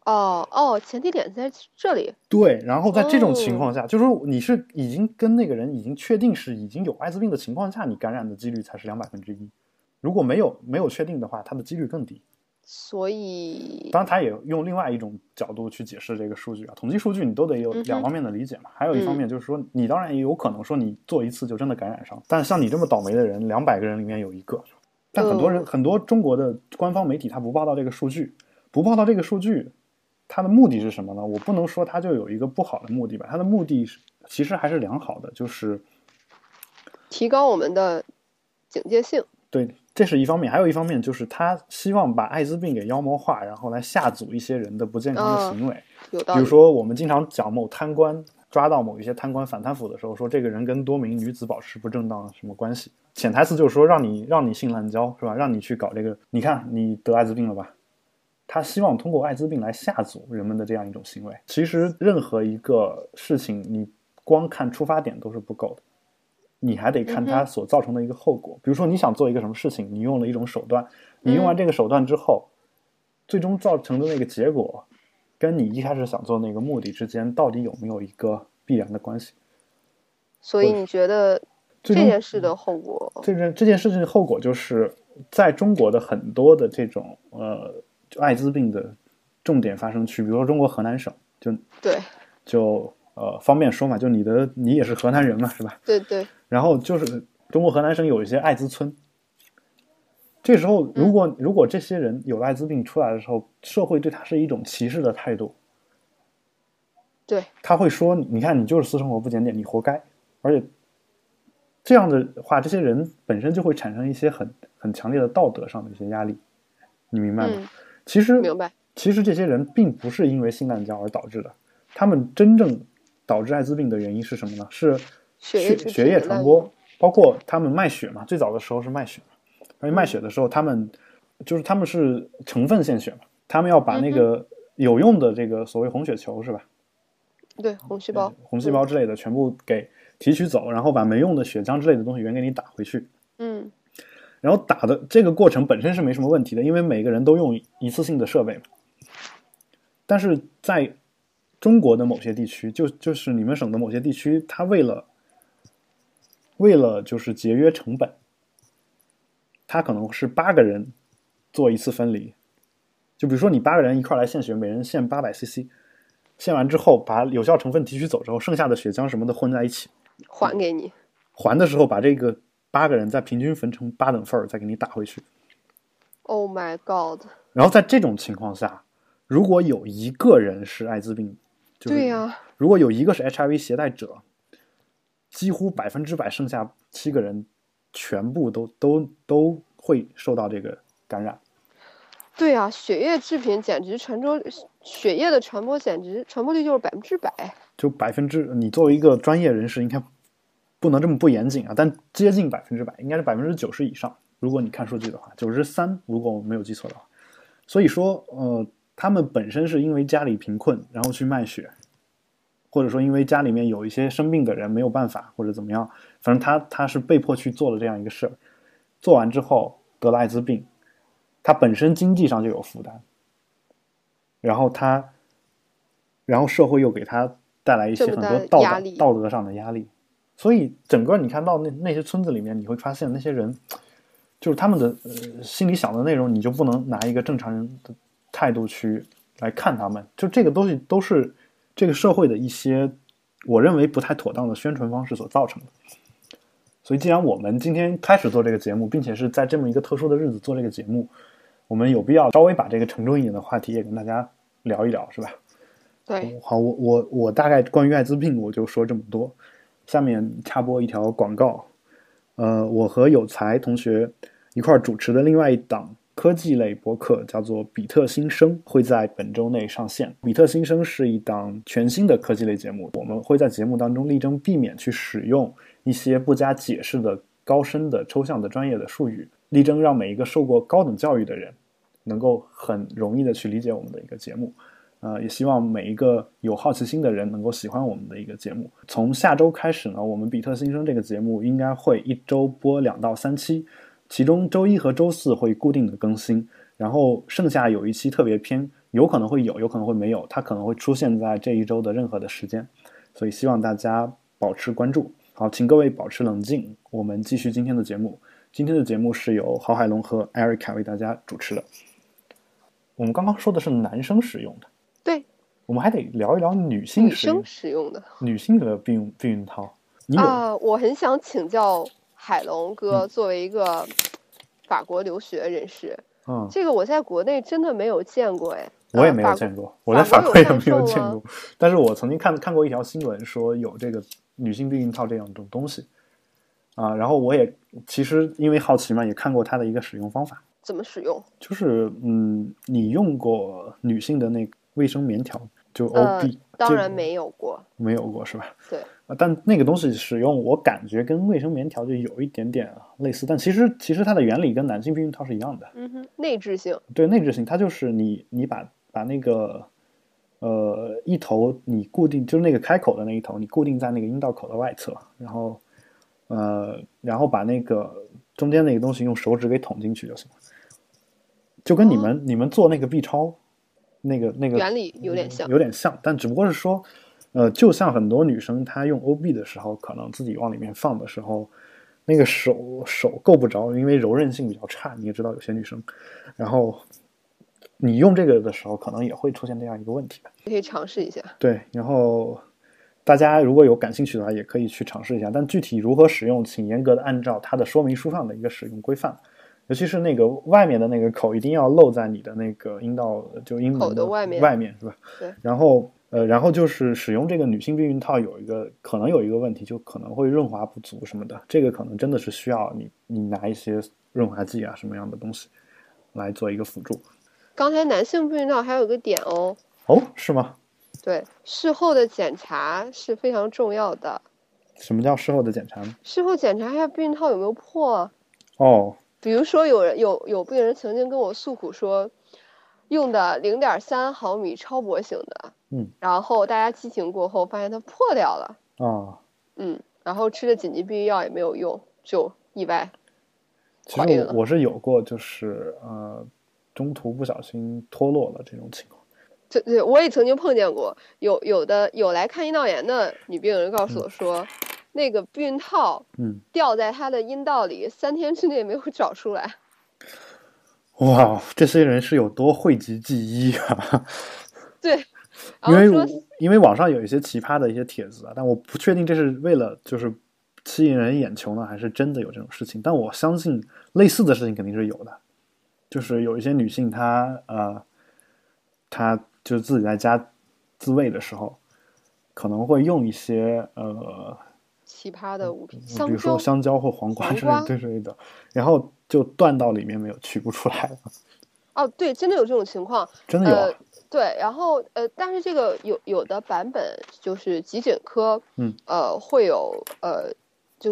哦哦，前提点在这里。 对，然后在这种情况下，哦、就是说你是已经跟那个人已经确定是已经有艾滋病的情况下，你感染的几率才是两百分之一。如果没有没有确定的话，它的几率更低。 所以， 当然，他也用另外一种角度去解释这个数据啊。统计数据你都得有两方面的理解嘛。嗯、还有一方面就是说，你当然也有可能说你做一次就真的感染上，但像你这么倒霉的人，两百个人里面有一个。但很多人、嗯、很多中国的官方媒体他不报道这个数据，不报道这个数据，它的目的是什么呢？我不能说它就有一个不好的目的吧，它的目的其实还是良好的，就是提高我们的警戒性。 对，这是一方面，还有一方面就是他希望把艾滋病给妖魔化，然后来吓阻一些人的不健康的行为。 哦、有道理。 比如说，我们经常讲某贪官抓到某一些贪官反贪腐的时候，说这个人跟多名女子保持不正当什么关系，潜台词就是说让你让你性滥交，是吧？让你去搞这个，你看你得艾滋病了吧？他希望通过艾滋病来吓阻人们的这样一种行为。其实任何一个事情，你光看出发点都是不够的。你还得看它所造成的一个后果、嗯、比如说你想做一个什么事情，你用了一种手段，你用完这个手段之后、嗯、最终造成的那个结果跟你一开始想做那个目的之间到底有没有一个必然的关系。 所以你觉得这件事的后果， 这件这件事情的后果就是在中国的很多的这种呃艾滋病的重点发生区，比如说中国河南省，就对就呃方便说嘛，就你的你也是河南人嘛，是吧？ 对对。 然后就是中国河南省有一些艾滋村，这时候如果、嗯、如果这些人有了艾滋病出来的时候，社会对他是一种歧视的态度。 对， 他会说你看你就是私生活不检点，你活该。而且这样的话，这些人本身就会产生一些很很强烈的道德上的一些压力，你明白吗？ 嗯、 其实明白。 其实这些人并不是因为性滥交而导致的，他们真正导致艾滋病的原因是什么呢？是血液血液传播，包括他们卖血嘛，最早的时候是卖血嘛，而且卖血的时候，他们、嗯、就是他们是成分献血嘛，他们要把那个有用的这个所谓红血球是吧？ 对，红细胞、 红细胞之类的全部给提取走，嗯、然后把没用的血浆之类的东西原给你打回去。 嗯， 然后打的这个过程本身是没什么问题的，因为每个人都用一次性的设备嘛。但是在中国的某些地区，就就是你们省的某些地区，他为了为了就是节约成本，他可能是八个人做一次分离。就比如说你八个人一块来献血，每人献八百 C C， 献完之后把有效成分提取走之后，剩下的血浆什么的混在一起还给你。 还的时候把这个八个人再平均分成八等份再给你打回去。 Oh my god。 然后在这种情况下，如果有一个人是艾滋病，就是、 对呀、啊， 如果有一个是 H I V 携带者，几乎百分之百剩下七个人全部都都都会受到这个感染。 对啊，血液制品简直传播，血液的传播简直传播率就是百分之百， 就百分之你作为一个专业人士应该不能这么不严谨啊，但接近百分之百，应该是百分之九十以上。如果你看数据的话，九十三，如果我没有记错的话。所以说，呃，他们本身是因为家里贫困，然后去卖血，或者说因为家里面有一些生病的人没有办法，或者怎么样，反正他他是被迫去做了这样一个事儿。做完之后得了艾滋病，他本身经济上就有负担，然后他，然后社会又给他带来一些很多道德道德上的压力。所以整个你看到那那些村子里面，你会发现那些人，就是他们的、呃、心里想的内容，你就不能拿一个正常人的态度去来看他们。就这个东西都是这个社会的一些我认为不太妥当的宣传方式所造成的。所以既然我们今天开始做这个节目，并且是在这么一个特殊的日子做这个节目，我们有必要稍微把这个沉重一点的话题也跟大家聊一聊，是吧？ 对。 好，我我我大概关于艾滋病我就说这么多。下面插播一条广告，呃，我和有才同学一块主持的另外一档科技类播客叫做比特新生，会在本周内上线。比特新生是一档全新的科技类节目，我们会在节目当中力争避免去使用一些不加解释的高深的抽象的专业的术语，力争让每一个受过高等教育的人能够很容易的去理解我们的一个节目。呃，也希望每一个有好奇心的人能够喜欢我们的一个节目。从下周开始呢，我们比特新生这个节目应该会一周播两到三期，其中周一和周四会固定的更新，然后剩下有一期特别篇有可能会有，有可能会没有，它可能会出现在这一周的任何的时间，所以希望大家保持关注。好，请各位保持冷静，我们继续今天的节目。今天的节目是由郝海龙和艾瑞卡为大家主持的。我们刚刚说的是男生使用的， 对， 我们还得聊一聊女性使用女生使用的女性的避孕避孕套。你有啊、我很想请教海龙哥， 嗯作为一个法国留学人士， 嗯， 这个我在国内真的没有见过哎， 我也没有呃见过，我在法法国也没国有贩售吗有见过，但是我曾经看看过一条新闻，说有这个女性避孕套这样一种东西啊，然后我也其实因为好奇嘛，也看过它的一个使用方法， 怎么使用？ 就是嗯，你用过女性的那个卫生棉条，就 O B，、 呃，当然这个没有过。 没有过是吧？ 对， 啊，但那个东西使用，我感觉跟卫生棉条就有一点点类似，但其实其实它的原理跟男性避孕套是一样的。 嗯哼，内置性。 对，内置性，它就是你你把把那个呃一头你固定，就是那个开口的那一头，你固定在那个阴道口的外侧，然后呃然后把那个中间那个东西用手指给捅进去就行了，就跟你们、 哦你们做那个 B 超那个那个原理有点像有点像，但只不过是说。呃，就像很多女生她用 O B 的时候，可能自己往里面放的时候，那个手手够不着，因为柔韧性比较差，你也知道有些女生，然后你用这个的时候，可能也会出现这样一个问题吧。 可以尝试一下。 对，然后大家如果有感兴趣的话，也可以去尝试一下，但具体如何使用，请严格的按照它的说明书上的一个使用规范，尤其是那个外面的那个口一定要露在你的那个阴道，就阴口门的外面外面是吧？ 对， 然后。呃，然后就是使用这个女性避孕套有一个可能有一个问题，就可能会润滑不足什么的，这个可能真的是需要你你拿一些润滑剂啊什么样的东西来做一个辅助。 刚才男性避孕套还有个点哦， 哦，是吗？ 对，事后的检查是非常重要的。 什么叫事后的检查呢？ 事后检查一下避孕套有没有破。 哦， 比如说有人有有病人曾经跟我诉苦说，用的零点三毫米超薄型的。 嗯， 然后大家激情过后发现它破掉了， 啊， 嗯，然后吃的紧急避孕药也没有用，就意外其实我我是有过，就是呃，中途不小心脱落了这种情况。 对对，我也曾经碰见过，有有的有来看阴道炎的女病人告诉我说，嗯、那个避孕套嗯掉在她的阴道里，三天之内没有找出来。 哇，这些人是有多讳疾忌医啊！ 对。 因为因为网上有一些奇葩的一些帖子啊，但我不确定这是为了就是吸引人眼球呢，还是真的有这种事情。但我相信类似的事情肯定是有的，就是有一些女性她呃，她就自己在家自慰的时候，可能会用一些呃奇葩的物品， 比如说香蕉或黄瓜之类的之类的，然后就断到里面没有取不出来了。 哦，对，真的有这种情况， 真的有、啊。 呃对，然后呃，但是这个有有的版本就是急诊科， 嗯， 呃，会有呃，就是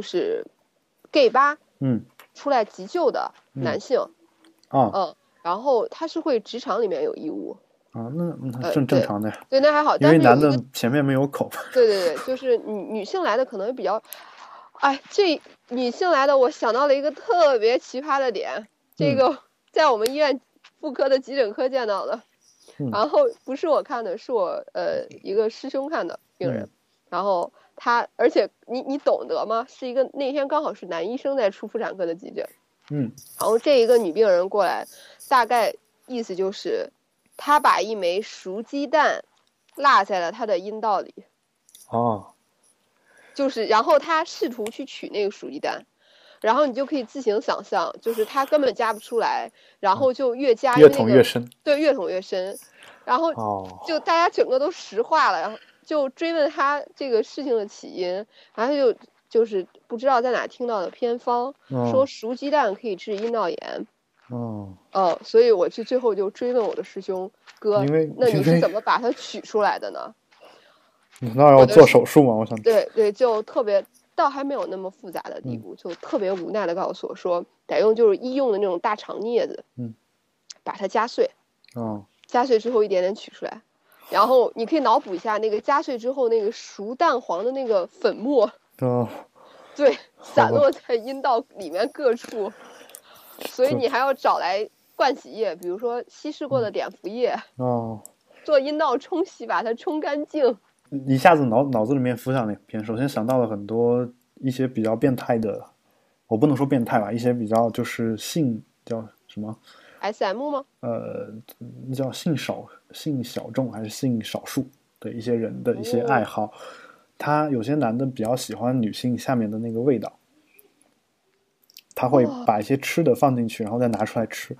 gay 吧， 嗯， 出来急救的男性， 啊、嗯， 嗯，然后他是会直肠里面有异物， 啊，那那正正常的呀、 呃，对，那还好， 因为男的前面没有口。 对对对，就是女女性来的可能比较，哎，这女性来的我想到了一个特别奇葩的点，这个在我们医院妇科的急诊科见到的。 嗯、 然后不是我看的，是我呃一个师兄看的病人， 嗯、 然后他，而且你你懂得吗？是一个那天刚好是男医生在出妇产科的急诊， 嗯， 然后这一个女病人过来，大概意思就是他把一枚熟鸡蛋落在了他的阴道里， 哦， 就是然后他试图去取那个熟鸡蛋。然后你就可以自行想象，就是他根本夹不出来，然后就越夹、 嗯、越捅越深， 对，越捅越深，然后就大家整个都石化了，然后就追问他这个事情的起因，然后就就是不知道在哪听到的偏方， 哦、 说熟鸡蛋可以治阴道炎， 哦， 哦，所以我就最后就追问我的师兄哥， 因为那你是怎么把它取出来的呢？ 那要做手术吗？我想对对，就特别。倒还没有那么复杂的地步，嗯、就特别无奈的告诉我说，得用就是医用的那种大长镊子， 嗯， 把它夹碎， 哦， 夹碎之后一点点取出来，然后你可以脑补一下那个夹碎之后那个熟蛋黄的那个粉末， 哦， 对，散落在阴道里面各处，所以你还要找来灌洗液，比如说稀释过的碘伏液， 哦， 做阴道冲洗，把它冲干净。 一下子脑脑子里面浮想联翩，首先想到了很多一些比较变态的，我不能说变态吧，一些比较就是性叫什么 S M 吗？ 呃，叫性少性小众还是性少数的一些人的一些爱好，哦、他有些男的比较喜欢女性下面的那个味道，他会把一些吃的放进去，然后再拿出来吃。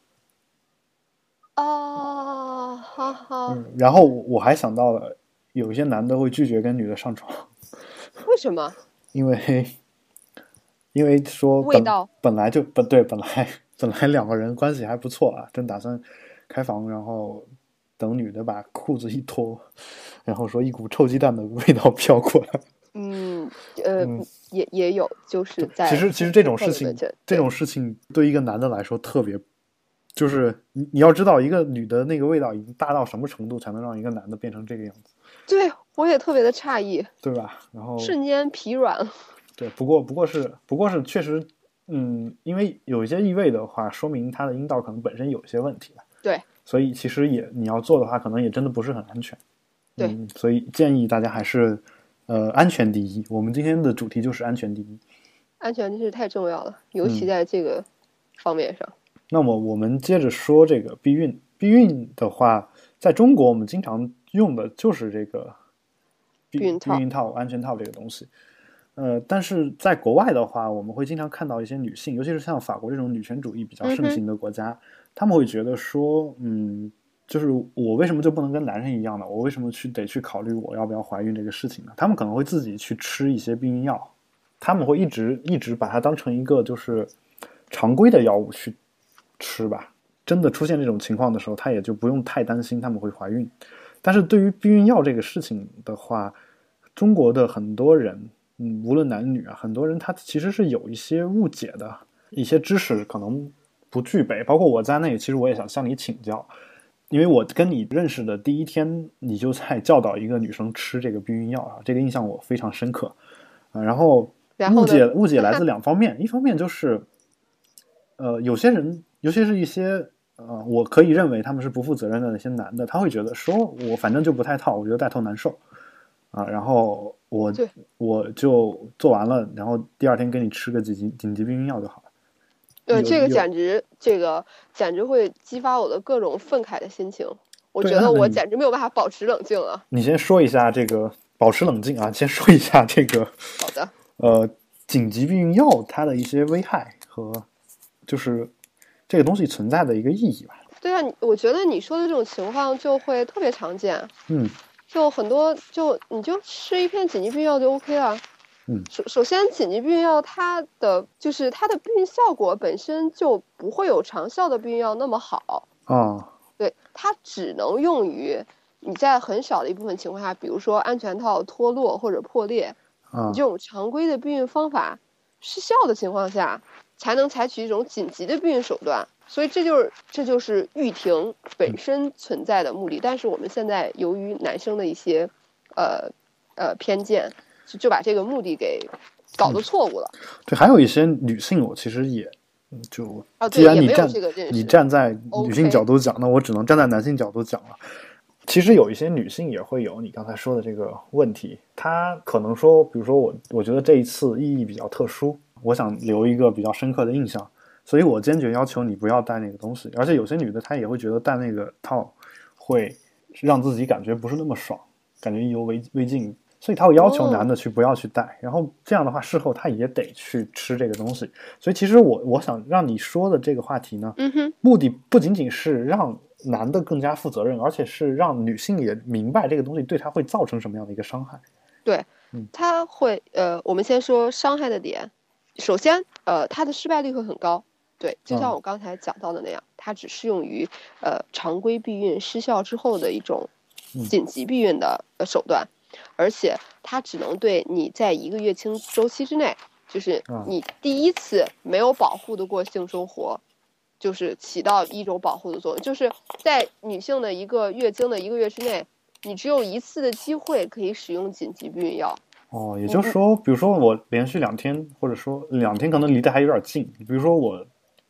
啊，哈哈。 嗯，然后我还想到了，有一些男的会拒绝跟女的上床。 为什么？ 因为因为说味道本来就不对，本来本来两个人关系还不错啊，正打算开房，然后等女的把裤子一脱，然后说一股臭鸡蛋的味道飘过来。 嗯，呃，嗯、也也有，就是在其实其实这种事情，这种事情对一个男的来说特别，就是你你要知道，一个女的那个味道已经大到什么程度，才能让一个男的变成这个样子？ 对，我也特别的诧异， 对吧？然后瞬间疲软。 对，不过不过是不过是确实，嗯，因为有一些异味的话，说明他的阴道可能本身有一些问题了。 对， 所以其实也你要做的话，可能也真的不是很安全。 对， 嗯，所以建议大家还是呃安全第一。我们今天的主题就是安全第一。 安全真是太重要了，尤其在这个方面上。 嗯、那么我们接着说这个避孕。避孕的话，在中国我们经常用的就是这个避孕套、避孕套、安全套这个东西。呃，但是在国外的话，我们会经常看到一些女性，尤其是像法国这种女权主义比较盛行的国家，嗯、他们会觉得说，嗯，就是我为什么就不能跟男人一样呢？我为什么去得去考虑我要不要怀孕这个事情呢？他们可能会自己去吃一些避孕药，他们会一直一直把它当成一个就是常规的药物去吃吧。真的出现这种情况的时候，他也就不用太担心他们会怀孕。但是对于避孕药这个事情的话，中国的很多人。嗯，无论男女啊，很多人他其实是有一些误解的，一些知识可能不具备，包括我在内，其实我也想向你请教，因为我跟你认识的第一天，你就在教导一个女生吃这个避孕药啊，这个印象我非常深刻啊。然后误解误解来自两方面，一方面就是，呃，有些人，尤其是一些呃，我可以认为他们是不负责任的那些男的，他会觉得说我反正就不太套，我觉得带套难受。啊，然后我我就做完了，然后第二天给你吃个紧急紧急避孕药就好了。 对，这个简直，这个简直会激发我的各种愤慨的心情。我觉得我简直没有办法保持冷静了。 你先说一下这个保持冷静啊，先说一下这个好的。 呃，紧急避孕药它的一些危害和就是这个东西存在的一个意义吧。 对啊，我觉得你说的这种情况就会特别常见。 嗯。 就很多，就你就吃一片紧急避孕药就 OK 了。 嗯， 首首先，紧急避孕药它的就是它的避孕效果本身就不会有长效的避孕药那么好啊。哦、 对，它只能用于你在很少的一部分情况下，比如说安全套脱落或者破裂， 啊、 你这种常规的避孕方法失效的情况下，才能采取一种紧急的避孕手段。所以这就是这就是预停本身存在的目的，但是我们现在由于男生的一些呃呃偏见，就就把这个目的给搞得错误了。 嗯、对，还有一些女性，我其实也就啊， 既然你站你站在女性角度讲， okay. 那我只能站在男性角度讲了。其实有一些女性也会有你刚才说的这个问题，她可能说，比如说我我觉得这一次意义比较特殊，我想留一个比较深刻的印象。所以我坚决要求你不要戴那个东西，而且有些女的她也会觉得戴那个套会让自己感觉不是那么爽，感觉意犹未未尽，所以她会要求男的去不要去戴，然后这样的话事后她也得去吃这个东西。所以其实我我想让你说的这个话题呢， 嗯哼， 目的不仅仅是让男的更加负责任，而且是让女性也明白这个东西对她会造成什么样的一个伤害。 对，它会呃，我们先说伤害的点，首先呃，它的失败率会很高。对，就像我刚才讲到的那样，嗯、它只适用于呃常规避孕失效之后的一种紧急避孕的手段，嗯、而且它只能对你在一个月经周期之内，就是你第一次没有保护的过性生活，就是起到一种保护的作用，就是在女性的一个月经的一个月之内，你只有一次的机会可以使用紧急避孕药。 哦，也就是说，比如说我连续两天，或者说两天可能离得还有点近，比如说我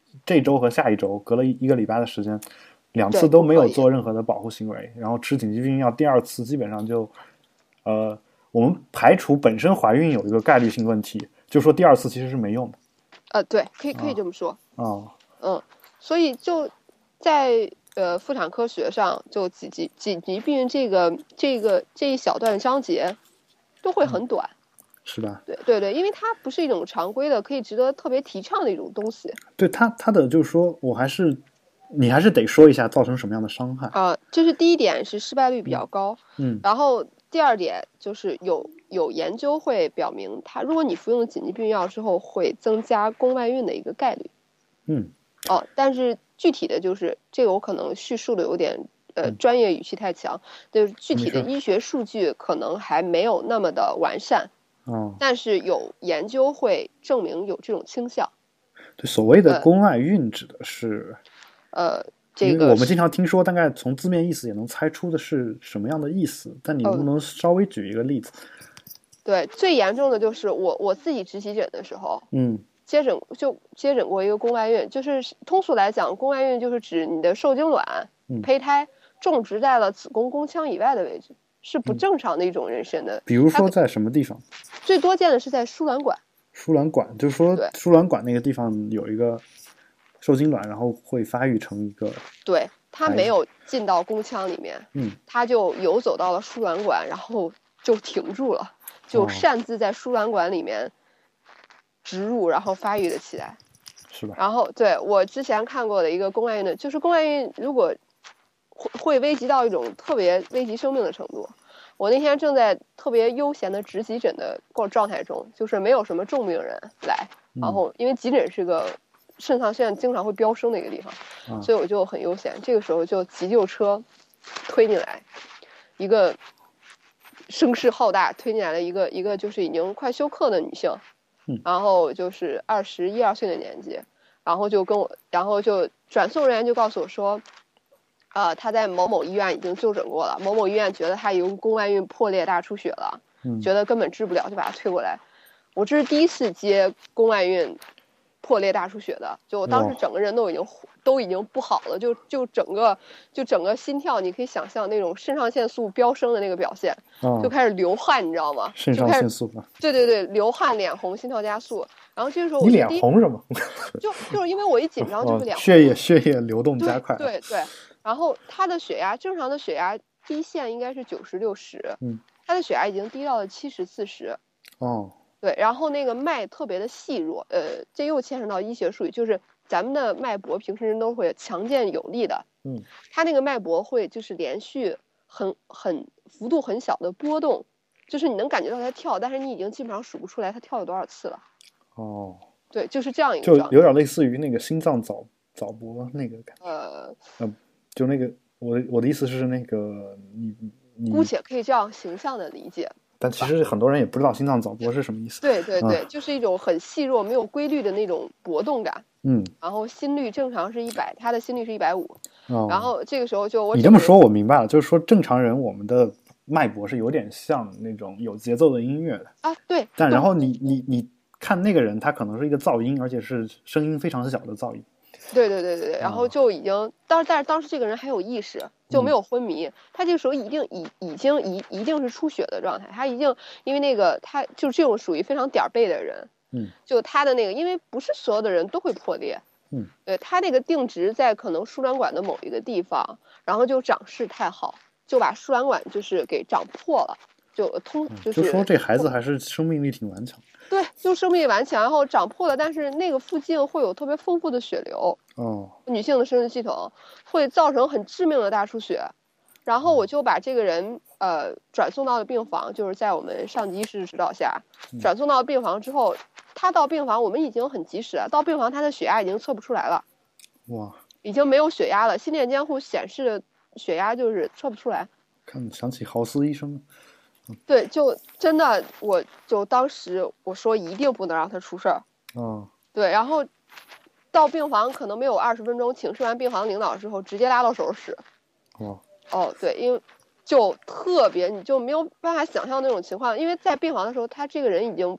这周和下一周隔了一个礼拜的时间，两次都没有做任何的保护行为，然后吃紧急避孕药，第二次基本上就，呃，我们排除本身怀孕有一个概率性问题，就说第二次其实是没用的。 呃，对，可以可以这么说。 哦， 嗯，所以就在呃妇产科学上，就紧急紧急避孕这个这个这一小段章节都会很短。嗯， 是吧？ 对对对，因为它不是一种常规的可以值得特别提倡的一种东西。 对它它的就是说我还是你还是得说一下造成什么样的伤害啊、呃，就是第一点是失败率比较高， 嗯， 然后第二点就是有有研究会表明它，如果你服用紧急避孕药之后会增加宫外孕的一个概率。 嗯， 哦，但是具体的就是这个我可能叙述的有点呃专业语气太强，就是具体的医学数据可能还没有那么的完善。 哦， 但是有研究会证明有这种倾向。 对，所谓的宫外孕指的是， 呃，这个我们经常听说，大概从字面意思也能猜出的是什么样的意思，但你能不能稍微举一个例子？ 呃、对，最严重的就是我我自己值急诊的时候， 嗯， 接诊就接诊过一个宫外孕，就是通俗来讲，宫外孕就是指你的受精卵、 嗯、 胚胎种植在了子宫宫腔以外的位置。是不正常的一种妊娠的、嗯、 比如说在什么地方？ 最多见的是在输卵管。 输卵管就是说输卵管那个地方有一个受精卵，然后会发育成一个， 对，它没有进到宫腔里面， 嗯， 它就游走到了输卵管，然后就停住了，就擅自在输卵管里面植入，然后发育了起来， 是吧？ 然后对我之前看过的一个宫外孕的，就是宫外孕如果会会危及到一种特别危及生命的程度。我那天正在特别悠闲的值急诊的状态中，就是没有什么重病人来，然后因为急诊是个肾上腺经常会飙升的一个地方， 嗯、 所以我就很悠闲。这个时候就急救车推进来一个声势浩大，推进来了一个一个就是已经快休克的女性， 嗯、 然后就是二十一二岁的年纪，然后就跟我，然后就转送人员就告诉我说。啊、呃，他在某某医院已经就诊过了，某某医院觉得他有宫外孕破裂大出血了， 嗯， 觉得根本治不了，就把他推过来。我这是第一次接宫外孕破裂大出血的，就我当时整个人都已经都已经不好了，就就整个就整个心跳，你可以想象那种肾上腺素飙升的那个表现， 哦、 就开始流汗，你知道吗？ 肾上腺素吧？ 对对对，流汗、脸红、心跳加速。然后这个时候我你脸红什么？ 就就是因为我一紧张就是脸红， 哦、血液血液流动加快。 对 对, 对。然后他的血压，正常的血压低线应该是九十六十， 嗯， 他的血压已经低到了七十四十。 哦， 对，然后那个脉特别的细弱，呃，这又牵扯到医学术语，就是咱们的脉搏平时人都会强健有力的， 嗯， 他那个脉搏会就是连续很很幅度很小的波动，就是你能感觉到它跳，但是你已经基本上数不出来它跳了多少次了。 哦， 对，就是这样一个就状态， 有点类似于那个心脏早早搏那个感觉。 呃， 呃，就那个我我的意思是那个你你姑且可以这样形象的理解。 但其实很多人也不知道心脏早搏是什么意思。 对对对、 啊， 就是一种很细弱、没有规律的那种搏动感。 嗯， 然后心率正常是一百，他的心率是一百五。 哦， 然后这个时候就我你这么说，我明白了，就是说正常人我们的脉搏是有点像那种有节奏的音乐的啊，对。 但然后你你你看那个人，他可能是一个噪音，而且是声音非常小的噪音。 对对对对对，然后就已经当，但是当时这个人还有意识，就没有昏迷。嗯、他这个时候一定已已经一一定是出血的状态，他一定因为那个他就这种属于非常点儿背的人， 嗯， 就他的那个，因为不是所有的人都会破裂， 嗯， 对他那个定植在可能输卵管的某一个地方，然后就长势太好，就把输卵管就是给长破了，就通就是、 嗯、就说这孩子还是生命力挺顽强。 对，就生命力顽强，然后长破了，但是那个附近会有特别丰富的血流。 哦， 女性的生殖系统会造成很致命的大出血。然后我就把这个人呃转送到了病房，就是在我们上级医师指导下转送到病房之后，他到病房我们已经很及时了，到病房他的血压已经测不出来了。 哇， 已经没有血压了，心电监护显示的血压就是测不出来。 看想起豪斯医生。 对，就真的，我就当时我说一定不能让他出事儿。 哦， 对，然后到病房可能没有二十分钟，请示完病房领导之后，直接拉到手术室。 哦， 哦，对，因为就特别，你就没有办法想象那种情况，因为在病房的时候，他这个人已经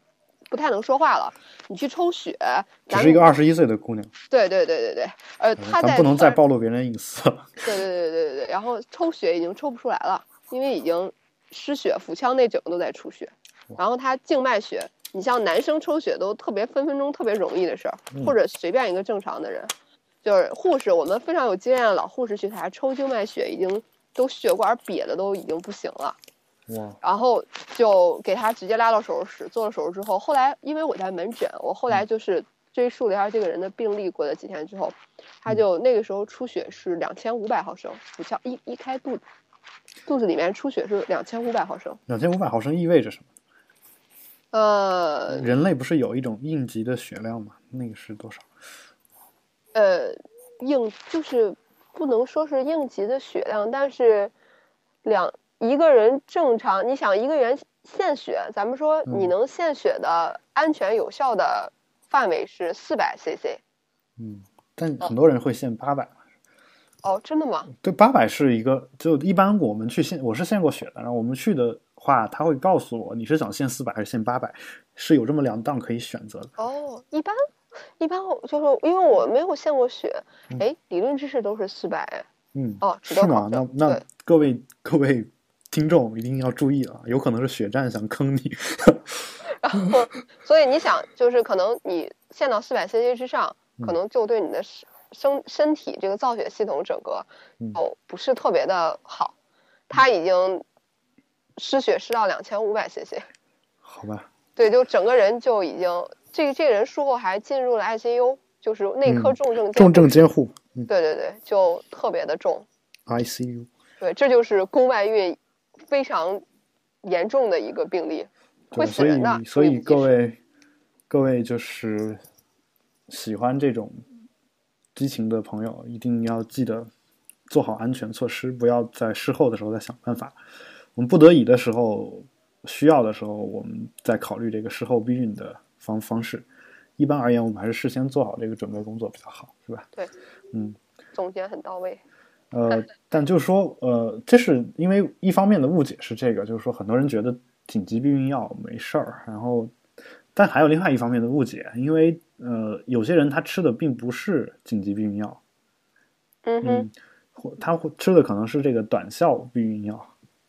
不太能说话了，你去抽血， 只是一个二十一岁的姑娘。 对对对对对，呃，她在咱不能再暴露别人隐私了。 对对对对对对，然后抽血已经抽不出来了，因为已经失血，腹腔内整个都在出血。然后他静脉血，你像男生抽血都特别分分钟特别容易的事儿， 嗯、 或者随便一个正常的人，就是护士，我们非常有经验的老护士去台抽静脉血，已经都血管瘪的都已经不行了。 哇！ 然后就给他直接拉到手术室，做了手术之后，后来因为我在门诊，我后来就是追溯了一下这个人的病历，过了几天之后，他就那个时候出血是两千五百毫升，腹腔一一开肚子，肚子里面出血是两千五百毫升。 两千五百毫升意味着什么？ 呃， 人类不是有一种应急的血量吗？那个是多少？ 呃，应就是不能说是应急的血量，但是两一个人正常，你想一个人献血，咱们说你能献血的安全有效的范围是四百 C C。 嗯，但很多人会献八百。 哦，真的吗？ 对，八百是一个，就一般我们去献，我是献过血的，然后我们去的话，他会告诉我你是想献四百还是献八百，是有这么两档可以选择的。 哦，一般一般就是因为我没有献过血，哎、嗯，理论知识都是四百。 嗯， 哦， 是吗？那那各位各位听众一定要注意了，有可能是血站想坑你。 然后，所以你想，就是可能你献到四百 C C 之上，可能就对你的身身体这个造血系统整个哦不是特别的好，他已经失血失到两千五百 C C。 好吧。 对，就整个人就已经这个这个人术后还进入了 I C U， 就是内科重症监护、 嗯、重症监护。 嗯、对对对，就特别的重。 I C U。 对，这就是宫外孕非常严重的一个病例，会死人的。 所以，所以各位各位就是喜欢这种激情的朋友，一定要记得做好安全措施，不要在事后的时候再想办法。我们不得已的时候，需要的时候，我们再考虑这个事后避孕的方方式。一般而言，我们还是事先做好这个准备工作比较好，是吧？ 对， 嗯， 总结很到位。 呃，但就是说，呃，这是因为一方面的误解是这个，就是说很多人觉得紧急避孕药没事儿，然后，但还有另外一方面的误解，因为呃，有些人他吃的并不是紧急避孕药， 嗯哼， 嗯，他吃的可能是这个短效避孕药，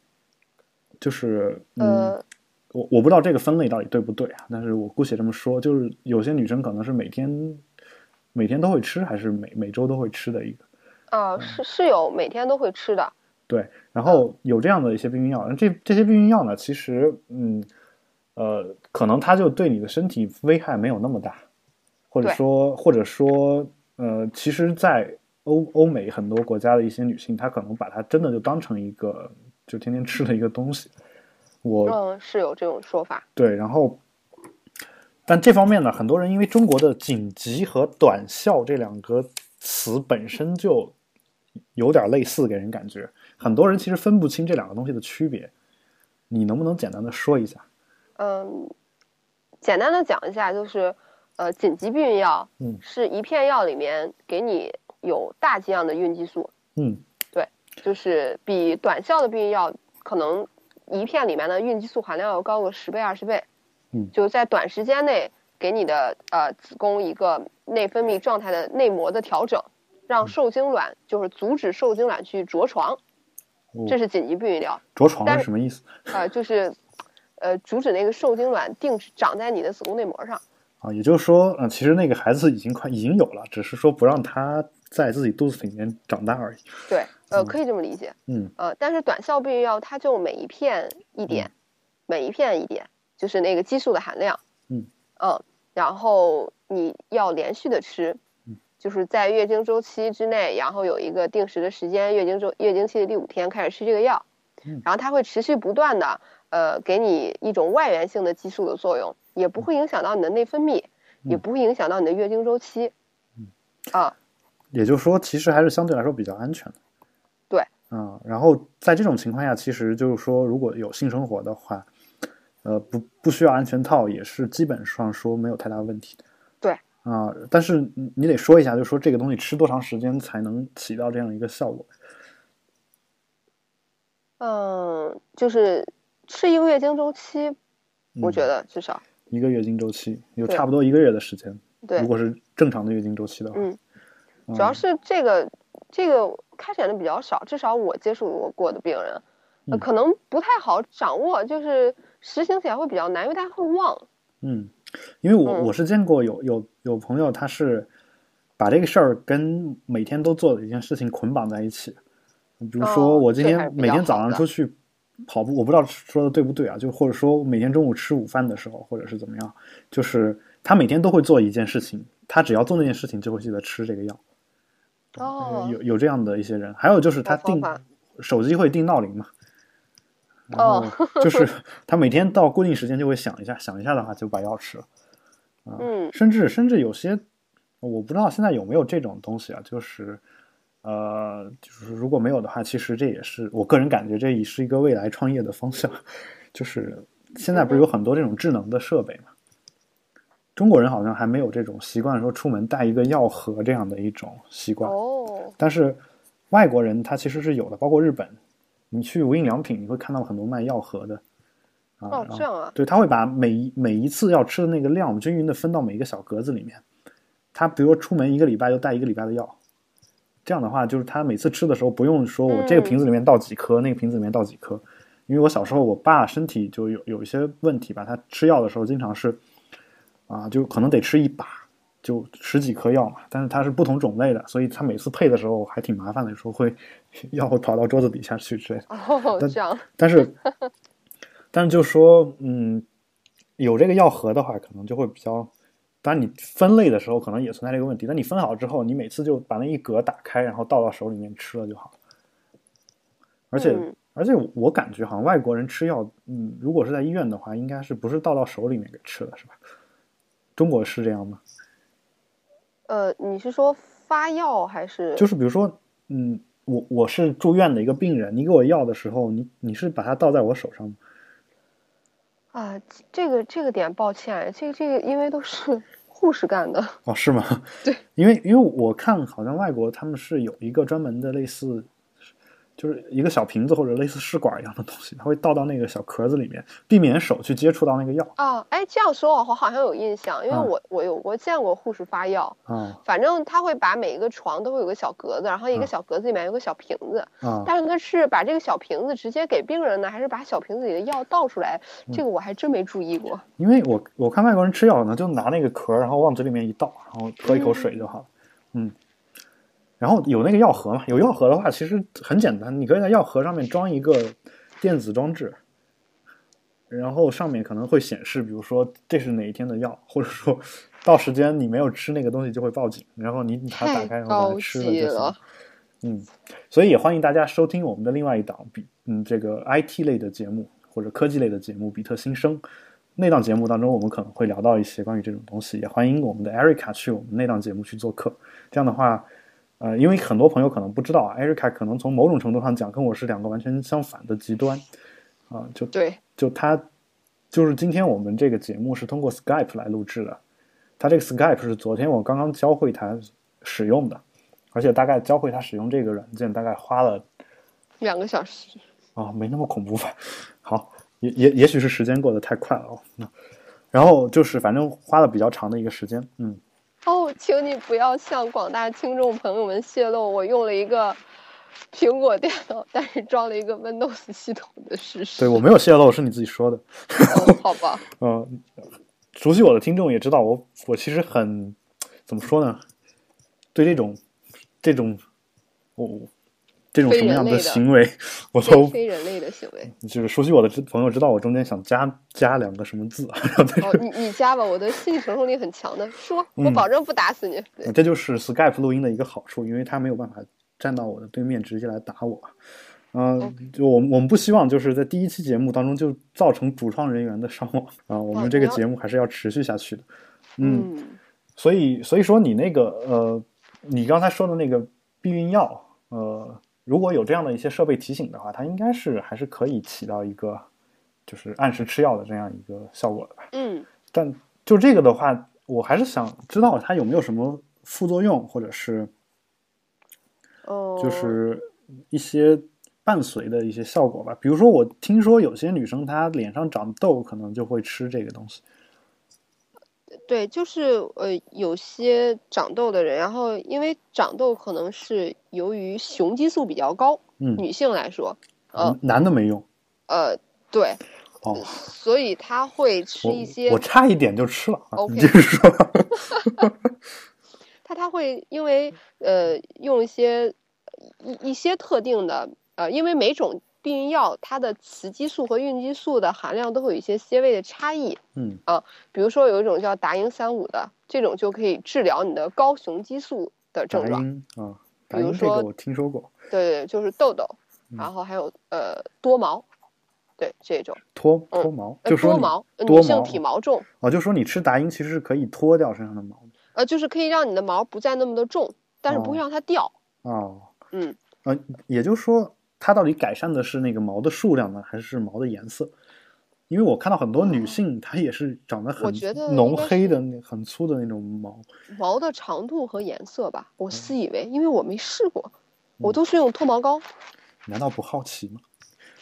就是嗯。呃我我不知道这个分类到底对不对啊，但是我姑且这么说，就是有些女生可能是每天每天都会吃，还是每每周都会吃的一个。 啊、呃，是是有每天都会吃的。 对，然后有这样的一些避孕药，这这些避孕药呢，其实嗯呃，可能它就对你的身体危害没有那么大，或者说或者说呃，其实，在欧欧美很多国家的一些女性，她可能把它真的就当成一个就天天吃的一个东西。我嗯，是有这种说法。 对，然后，但这方面呢，很多人因为中国的紧急和短效这两个词本身就有点类似，给人感觉很多人其实分不清这两个东西的区别。你能不能简单的说一下？ 嗯，简单的讲一下，就是呃，紧急避孕药， 嗯， 是一片药里面给你有大剂量的孕激素， 嗯， 对，就是比短效的避孕药可能。一片里面的孕激素含量要高个十倍二十倍， 嗯， 就在短时间内给你的呃子宫一个内分泌状态的内膜的调整，让受精卵、嗯、就是阻止受精卵去着床， 哦、 这是紧急避孕药。 着床是什么意思？ 呃，就是呃阻止那个受精卵定长在你的子宫内膜上。 啊，也就是说，呃，其实那个孩子已经快已经有了，只是说不让他在自己肚子里面长大而已。 对。呃，可以这么理解， 嗯， 呃，但是短效避孕药它就每一片一点，嗯、每一片一点，就是那个激素的含量， 嗯， 嗯，然后你要连续的吃， 嗯， 就是在月经周期之内，然后有一个定时的时间，月经周月经期的第五天开始吃这个药， 嗯， 然后它会持续不断的，呃，给你一种外源性的激素的作用，也不会影响到你的内分泌， 嗯、 也不会影响到你的月经周期， 嗯， 啊， 也就是说，其实还是相对来说比较安全的。 对， 啊、嗯，然后在这种情况下，其实就是说，如果有性生活的话，呃，不不需要安全套，也是基本上说没有太大问题的。 对， 啊、呃，但是你得说一下，就是说这个东西吃多长时间才能起到这样一个效果？ 嗯，就是吃一个月经周期，我觉得至少。 一个月经周期，有差不多一个月的时间。 对， 如果是正常的月经周期的话， 嗯，主要是这个、嗯、这个开展的比较少，至少我接触过的病人，呃、可能不太好掌握，就是实行起来会比较难，因为大家会忘。 嗯，因为我、 嗯、 我是见过有有有朋友他是把这个事儿跟每天都做的一件事情捆绑在一起，比如说我今天每天早上出去跑步，我不知道说的对不对啊，就或者说每天中午吃午饭的时候，或者是怎么样，就是他每天都会做一件事情，他只要做那件事情就会记得吃这个药。 哦， 有有这样的一些人，还有就是他定手机会定闹铃嘛，然后就是他每天到固定时间就会响一下，响一下的话就把药吃了。啊、 嗯， 甚至甚至有些我不知道现在有没有这种东西啊，就是呃，就是如果没有的话，其实这也是我个人感觉这也是一个未来创业的方向，就是现在不是有很多这种智能的设备嘛。中国人好像还没有这种习惯，说出门带一个药盒这样的一种习惯。 哦， 但是外国人他其实是有的，包括日本，你去无印良品，你会看到很多卖药盒的。啊、 哦，这样啊？ 对，他会把每每一次要吃的那个量均匀的分到每一个小格子里面。他比如说出门一个礼拜就带一个礼拜的药，这样的话就是他每次吃的时候不用说我这个瓶子里面倒几颗，嗯、那个瓶子里面倒几颗。因为我小时候我爸身体就有有一些问题吧，他吃药的时候经常是。啊，就可能得吃一把，就十几颗药嘛，但是它是不同种类的，所以他每次配的时候还挺麻烦的，有时候会药会跑到桌子底下去之类的。 哦，这样。 但是，但是就说，嗯，有这个药盒的话，可能就会比较，当然你分类的时候可能也存在这个问题，但你分好之后，你每次就把那一格打开，然后倒到手里面吃了就好。而且， 嗯、 而且我感觉好像外国人吃药，嗯，如果是在医院的话，应该是不是倒到手里面给吃的，是吧？中国是这样吗？ 呃，你是说发药还是？ 就是比如说，嗯，我我是住院的一个病人，你给我药的时候，你你是把它倒在我手上吗？ 啊，这个这个点抱歉，这个这个因为都是护士干的。 哦，是吗？ 对， 因为因为我看好像外国他们是有一个专门的类似。就是一个小瓶子或者类似试管一样的东西，它会倒到那个小壳子里面，避免手去接触到那个药。 啊，哎，这样说我好像有印象，因为我、 啊、 我有我见过护士发药， 啊， 反正他会把每一个床都会有个小格子，然后一个小格子里面有个小瓶子， 啊， 但是他是把这个小瓶子直接给病人呢，还是把小瓶子里的药倒出来？ 嗯、 这个我还真没注意过。 因为我我看外国人吃药呢，就拿那个壳，然后往嘴里面一倒，然后喝一口水就好了。嗯。嗯然后有那个药盒嘛，有药盒的话其实很简单，你可以在药盒上面装一个电子装置，然后上面可能会显示，比如说这是哪一天的药，或者说到时间你没有吃那个东西就会报警，然后你你把它打开然后把它吃了就行。嗯，所以也欢迎大家收听我们的另外一档比嗯这个 I T 类的节目或者科技类的节目比特新生。那档节目当中我们可能会聊到一些关于这种东西，也欢迎我们的 Erica 去我们那档节目去做客。这样的话呃，因为很多朋友可能不知道 Erica 可能从某种程度上讲跟我是两个完全相反的极端啊、呃，就对， 就他就是今天我们这个节目是通过 Skype 来录制的，他这个 Skype 是昨天我刚刚教会他使用的，而且大概教会他使用这个软件大概花了两个小时啊、哦，没那么恐怖吧？好，也也也许是时间过得太快了哦。那然后就是反正花了比较长的一个时间，嗯。 哦，请你不要向广大听众朋友们泄露我用了一个苹果电脑，但是装了一个 Windows 系统的事实。 对，我没有泄露，是你自己说的。 哦、好吧。 嗯，熟悉我的听众也知道我，我其实很怎么说呢？对这种这种我、哦、这种什么样的行为，我都非人类的行为。 就是熟悉我的朋友知道我中间想加加两个什么字。 哦，你你加吧，我的心理承受力很强的，说，我保证不打死你。 嗯、这就是 Skype 录音的一个好处，因为它没有办法站到我的对面直接来打我。嗯、呃，就我们我们不希望就是在第一期节目当中就造成主创人员的伤亡啊、呃，我们这个节目还是要持续下去的。嗯，嗯所以所以说你那个呃，你刚才说的那个避孕药，呃。如果有这样的一些设备提醒的话，它应该是还是可以起到一个就是按时吃药的这样一个效果的吧。 嗯， 但就这个的话，我还是想知道它有没有什么副作用，或者是哦， 就是一些伴随的一些效果吧。比如说，我听说有些女生她脸上长痘，可能就会吃这个东西。 对，就是呃，有些长痘的人，然后因为长痘可能是由于雄激素比较高， 嗯， 女性来说，呃， 男的没用。 呃，对， 哦， 所以他会吃一些， 我, 我差一点就吃了啊。 OK， 你接着说。 他他会因为呃用一些一一些特定的呃，因为每种避孕药它的雌激素和孕激素的含量都会有一些些微的差异。 嗯啊，比如说有一种叫达英三五的，这种就可以治疗你的高雄激素的症状。 达英啊， 比如说我听说过。 对对，就是痘痘，然后还有呃多毛，对这种脱脱毛， 嗯、 就说你多毛， 多女性体毛重哦，就说你吃达英其实是可以脱掉身上的毛的。 呃，就是可以让你的毛不再那么的重，但是不会让它掉。 哦， 嗯， 呃，也就是说，它到底改善的是那个毛的数量呢，还是毛的颜色？因为我看到很多女性，她也是长得很浓黑的、很粗的那种毛。 毛的长度和颜色吧，我私以为，因为我没试过，我都是用脱毛膏。 难道不好奇吗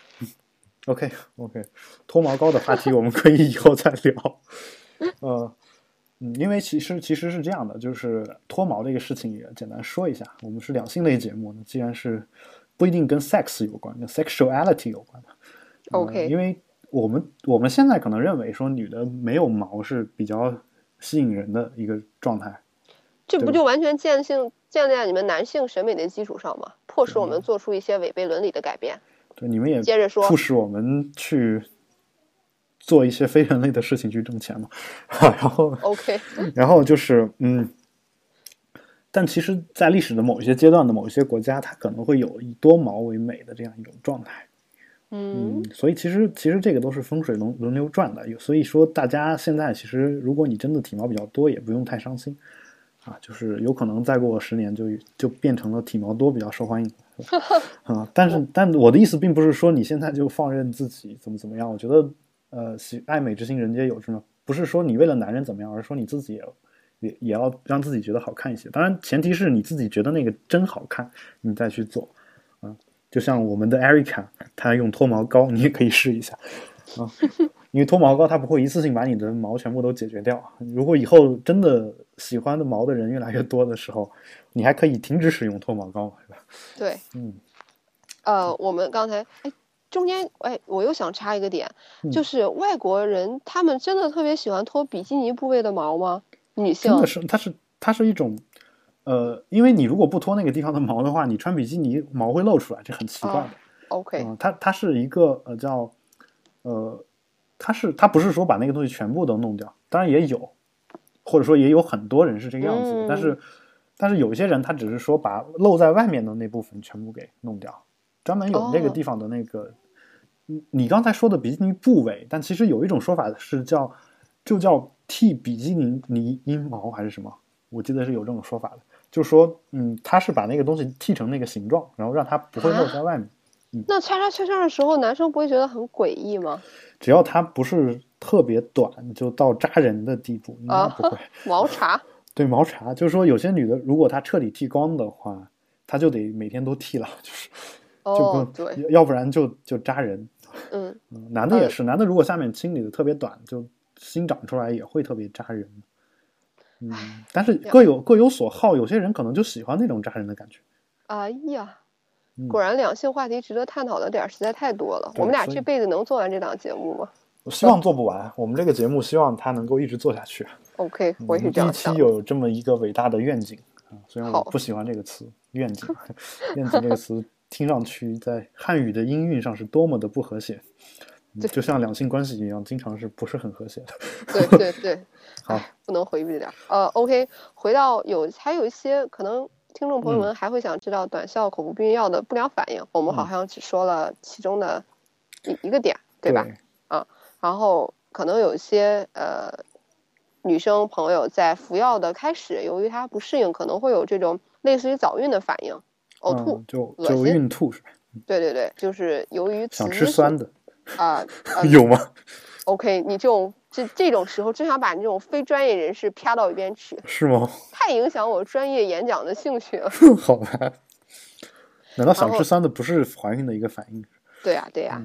？OK OK， 脱毛膏的话题我们可以以后再聊。呃，嗯，因为其实其实是这样的，就是脱毛这个事情也简单说一下。我们是两性类节目呢，既然是不一定跟 sex 有关，跟 sexuality 有关的。 呃、OK， 因为我们我们现在可能认为说女的没有毛是比较吸引人的一个状态。 这不就完全建性建立在你们男性审美的基础上吗？迫使我们做出一些违背伦理的改变。 对，你们也接着说， 促使我们去做一些非人类的事情去挣钱嘛。然后 OK， 然后就是嗯，但其实在历史的某一些阶段的某一些国家，它可能会有以多毛为美的这样一种状态。嗯，所以其实其实这个都是风水轮轮流转的。所以说大家现在其实如果你真的体毛比较多，也不用太伤心啊，就是有可能再过十年就就变成了体毛多比较受欢迎啊。但是但我的意思并不是说你现在就放任自己怎么怎么样。我觉得呃，爱美之心人皆有之嘛，不是说你为了男人怎么样，而是说你自己也也也要让自己觉得好看一些。当然前提是你自己觉得那个真好看，你再去做啊。就像我们的 Erica， 她用脱毛膏，你也可以试一下啊。因为脱毛膏它不会一次性把你的毛全部都解决掉。如果以后真的喜欢的毛的人越来越多的时候，你还可以停止使用脱毛膏，是吧？ 对， 嗯， 呃，我们刚才哎，中间哎，我又想插一个点， 嗯、 就是外国人他们真的特别喜欢脱比基尼部位的毛吗？女性真的是，它是它是一种。呃，因为你如果不脱那个地方的毛的话，你穿比基尼毛会露出来，这很奇怪的。 Oh, OK， 呃、它它是一个呃叫呃，它是它不是说把那个东西全部都弄掉，当然也有，或者说也有很多人是这个样子的。嗯、但是但是有些人他只是说把露在外面的那部分全部给弄掉，专门有那个地方的那个。Oh. 你刚才说的比基尼部位，但其实有一种说法是叫就叫剃比基尼尼阴毛还是什么，我记得是有这种说法的。就是说，嗯，他是把那个东西剃成那个形状，然后让它不会露在外面。啊嗯、那叉叉圈圈的时候，男生不会觉得很诡异吗？ 只要它不是特别短，就到扎人的地步，应该不会。 啊、毛茬。 对，毛茬，就是说有些女的，如果她彻底剃光的话，她就得每天都剃了，就是就不、 哦、对， 要不然就就扎人。 嗯， 嗯，男的也是，嗯、男的如果下面清理的特别短，就新长出来也会特别扎人。嗯，但是各有各有所好，有些人可能就喜欢那种扎人的感觉。 哎呀，果然两性话题值得探讨的点实在太多了。我们俩这辈子能做完这档节目吗？ 我希望做不完。我们这个节目希望它能够一直做下去。 OK， 我也是这样想。第一期有这么一个伟大的愿景啊，虽然我不喜欢这个词“愿景”，愿景这个词听上去在汉语的音韵上是多么的不和谐。就像两性关系一样，经常是不是很和谐的。 对对对， 好， 不能回避点。呃 ，OK， 回到有还有一些可能听众朋友们还会想知道短效口服避孕药的不良反应，嗯、我们好像只说了其中的一一个点，对吧？ 对啊，然后可能有一些呃女生朋友在服药的开始，由于她不适应，可能会有这种类似于早孕的反应，呕吐、 嗯、就恶心、 就孕吐是吧？ 对对对，就是由于想吃酸的。 啊、呃， 有吗 ？OK， 你这种这这种时候，真想把你这种非专业人士啪到一边去， 是吗？ 太影响我专业演讲的兴趣了。 好吧，难道想吃酸的不是怀孕的一个反应？ 对呀、啊、对呀、啊，嗯、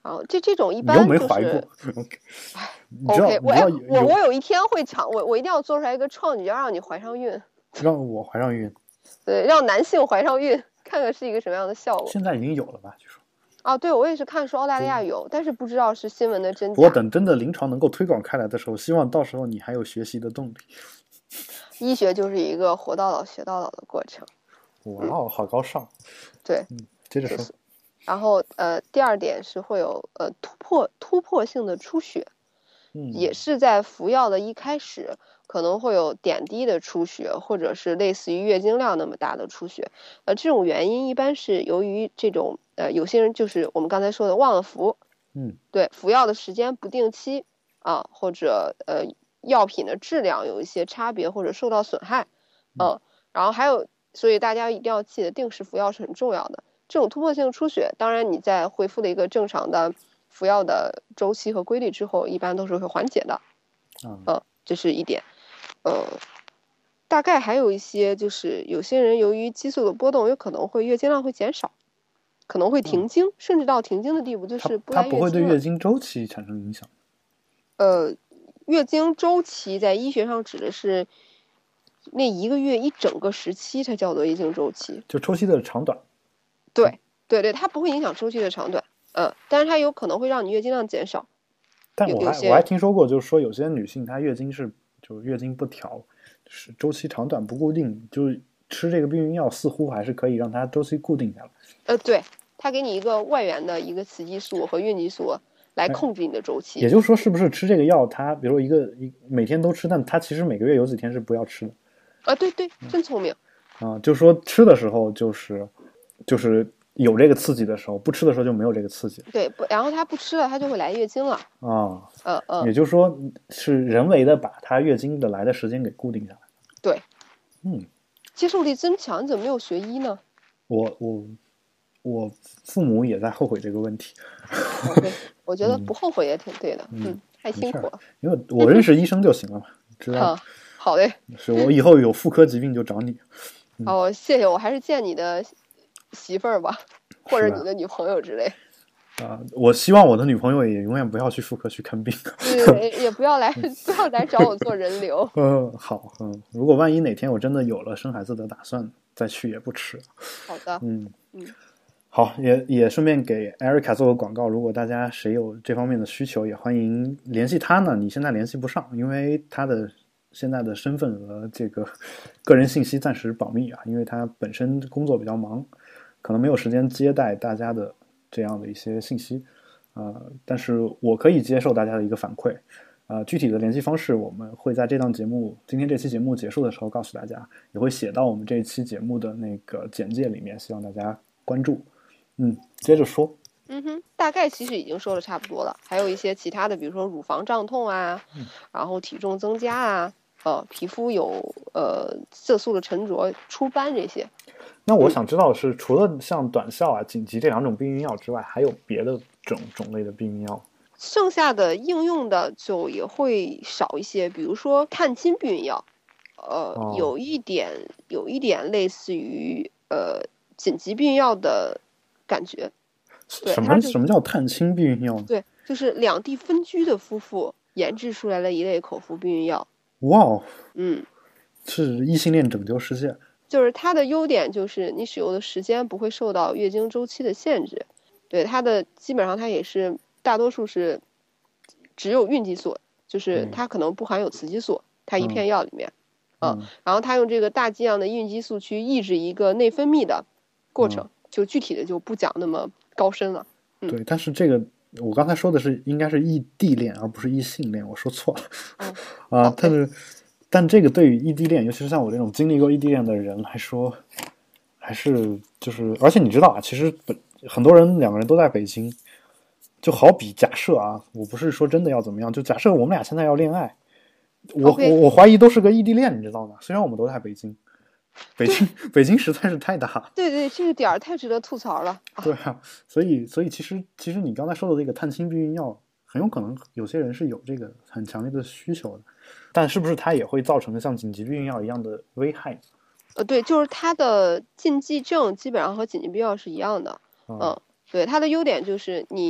然后这这种一般你又没就是怀过你知道 OK， 我你知道我我有一天会尝，我我一定要做出来一个创举，要让你怀上孕， 让我怀上孕， 对，让男性怀上孕，看看是一个什么样的效果。 现在已经有了吧？据说啊，对，我也是看说澳大利亚有，但是不知道是新闻的真假。 不过等真的临床能够推广开来的时候，希望到时候你还有学习的动力。 医学就是一个活到老学到老的过程。 哇哦，好高尚。 对， 嗯，接着说。 就是、然后呃，第二点是会有呃突破突破性的出血， 嗯， 也是在服药的一开始可能会有点滴的出血，或者是类似于月经量那么大的出血。呃，这种原因一般是由于这种呃有些人就是我们刚才说的忘了服， 嗯， 对，服药的时间不定期啊，或者呃药品的质量有一些差别或者受到损害，嗯、呃，然后还有，所以大家一定要记得定时服药是很重要的。这种突破性出血，当然你在恢复了一个正常的服药的周期和规律之后，一般都是会缓解的，嗯、呃，这是一点。呃，大概还有一些就是有些人由于激素的波动，有可能会月经量会减少，可能会停经，嗯、甚至到停经的地步，就是不来月经了。 它不会对月经周期产生影响。 呃，月经周期在医学上指的是那一个月一整个时期才叫做月经周期， 就周期的长短。 对对对，它不会影响周期的长短，嗯，但是它有可能会让你月经量减少。 但我还我还听说过，就是说有些女性她月经是就月经不调，是周期长短不固定，就吃这个避孕药似乎还是可以让它周期固定下来。 呃，对，它给你一个外源的一个雌激素和孕激素来控制你的周期。 也就是说，是不是吃这个药，它比如说一个一每天都吃，但它其实每个月有几天是不要吃的？ 啊，对对，真聪明。 啊、嗯，就是说吃的时候就是就是有这个刺激的时候，不吃的时候就没有这个刺激。 对，不，然后它不吃了，它就会来月经了。 啊， 嗯嗯， 也就是说是人为的把它月经的来的时间给固定下来。 对， 嗯， 接受力真强，你怎么没有学医呢？ 我我我父母也在后悔这个问题。 对，我觉得不后悔也挺对的。嗯，嗯太辛苦了。 因为我认识医生就行了嘛，知道。 好嘞， 是我以后有妇科疾病就找你。 嗯、哦，谢谢，我还是见你的媳妇儿吧，或者你的女朋友之类。 啊、呃，我希望我的女朋友也永远不要去妇科去看病。 对，也不要来，不要来找我做人流。 嗯，好，嗯，如果万一哪天我真的有了生孩子的打算，再去也不迟。 好的， 嗯嗯， 好，也也顺便给 Erica 做个广告，如果大家谁有这方面的需求，也欢迎联系她呢。你现在联系不上，因为她的现在的身份和这个个人信息暂时保密啊，因为她本身工作比较忙，可能没有时间接待大家的这样的一些信息，呃，但是我可以接受大家的一个反馈，呃，具体的联系方式我们会在这档节目今天这期节目结束的时候告诉大家，也会写到我们这一期节目的那个简介里面，希望大家关注。嗯，接着说。 嗯哼，大概其实已经说的差不多了，还有一些其他的，比如说乳房胀痛啊， 嗯、 然后体重增加啊，呃，皮肤有呃色素的沉着、出斑这些。 那我想知道的是，除了像短效啊、紧急这两种避孕药之外，还有别的种种类的避孕药？ 剩下的应用的就也会少一些，比如说碳氢避孕药，呃， 哦、 有一点有一点类似于呃紧急避孕药的感觉。 什么什么叫碳氢避孕药呢？ 对，就是两地分居的夫妇研制出来了一类口服避孕药。 哇哦， 嗯， 是异性恋拯救世界。 就是它的优点就是你使用的时间不会受到月经周期的限制，对它的基本上它也是大多数是只有孕激素，就是它可能不含有雌激素，它一片药里面， 嗯， 嗯然后它用这个大剂量的孕激素去抑制一个内分泌的过程， 嗯、 就具体的就不讲那么高深了。嗯、 对，但是这个我刚才说的是应该是异地恋，而不是异性恋，我说错了。 嗯、 啊，但是。但这个对于异地恋，尤其是像我这种经历过异地恋的人来说，还是就是，而且你知道啊，其实很多人两个人都在北京，就好比假设啊，我不是说真的要怎么样，就假设我们俩现在要恋爱，我、okay. 我我怀疑都是个异地恋，你知道吗？虽然我们都在北京，北京北京实在是太大。 对对，这个点儿太值得吐槽了。 对啊，所以所以其实其实你刚才说的这个碳氢避孕药，很有可能有些人是有这个很强烈的需求的。但是不是它也会造成像紧急避孕药一样的危害？ 呃，对，就是它的禁忌症基本上和紧急避孕药是一样的。嗯，嗯对，它的优点就是你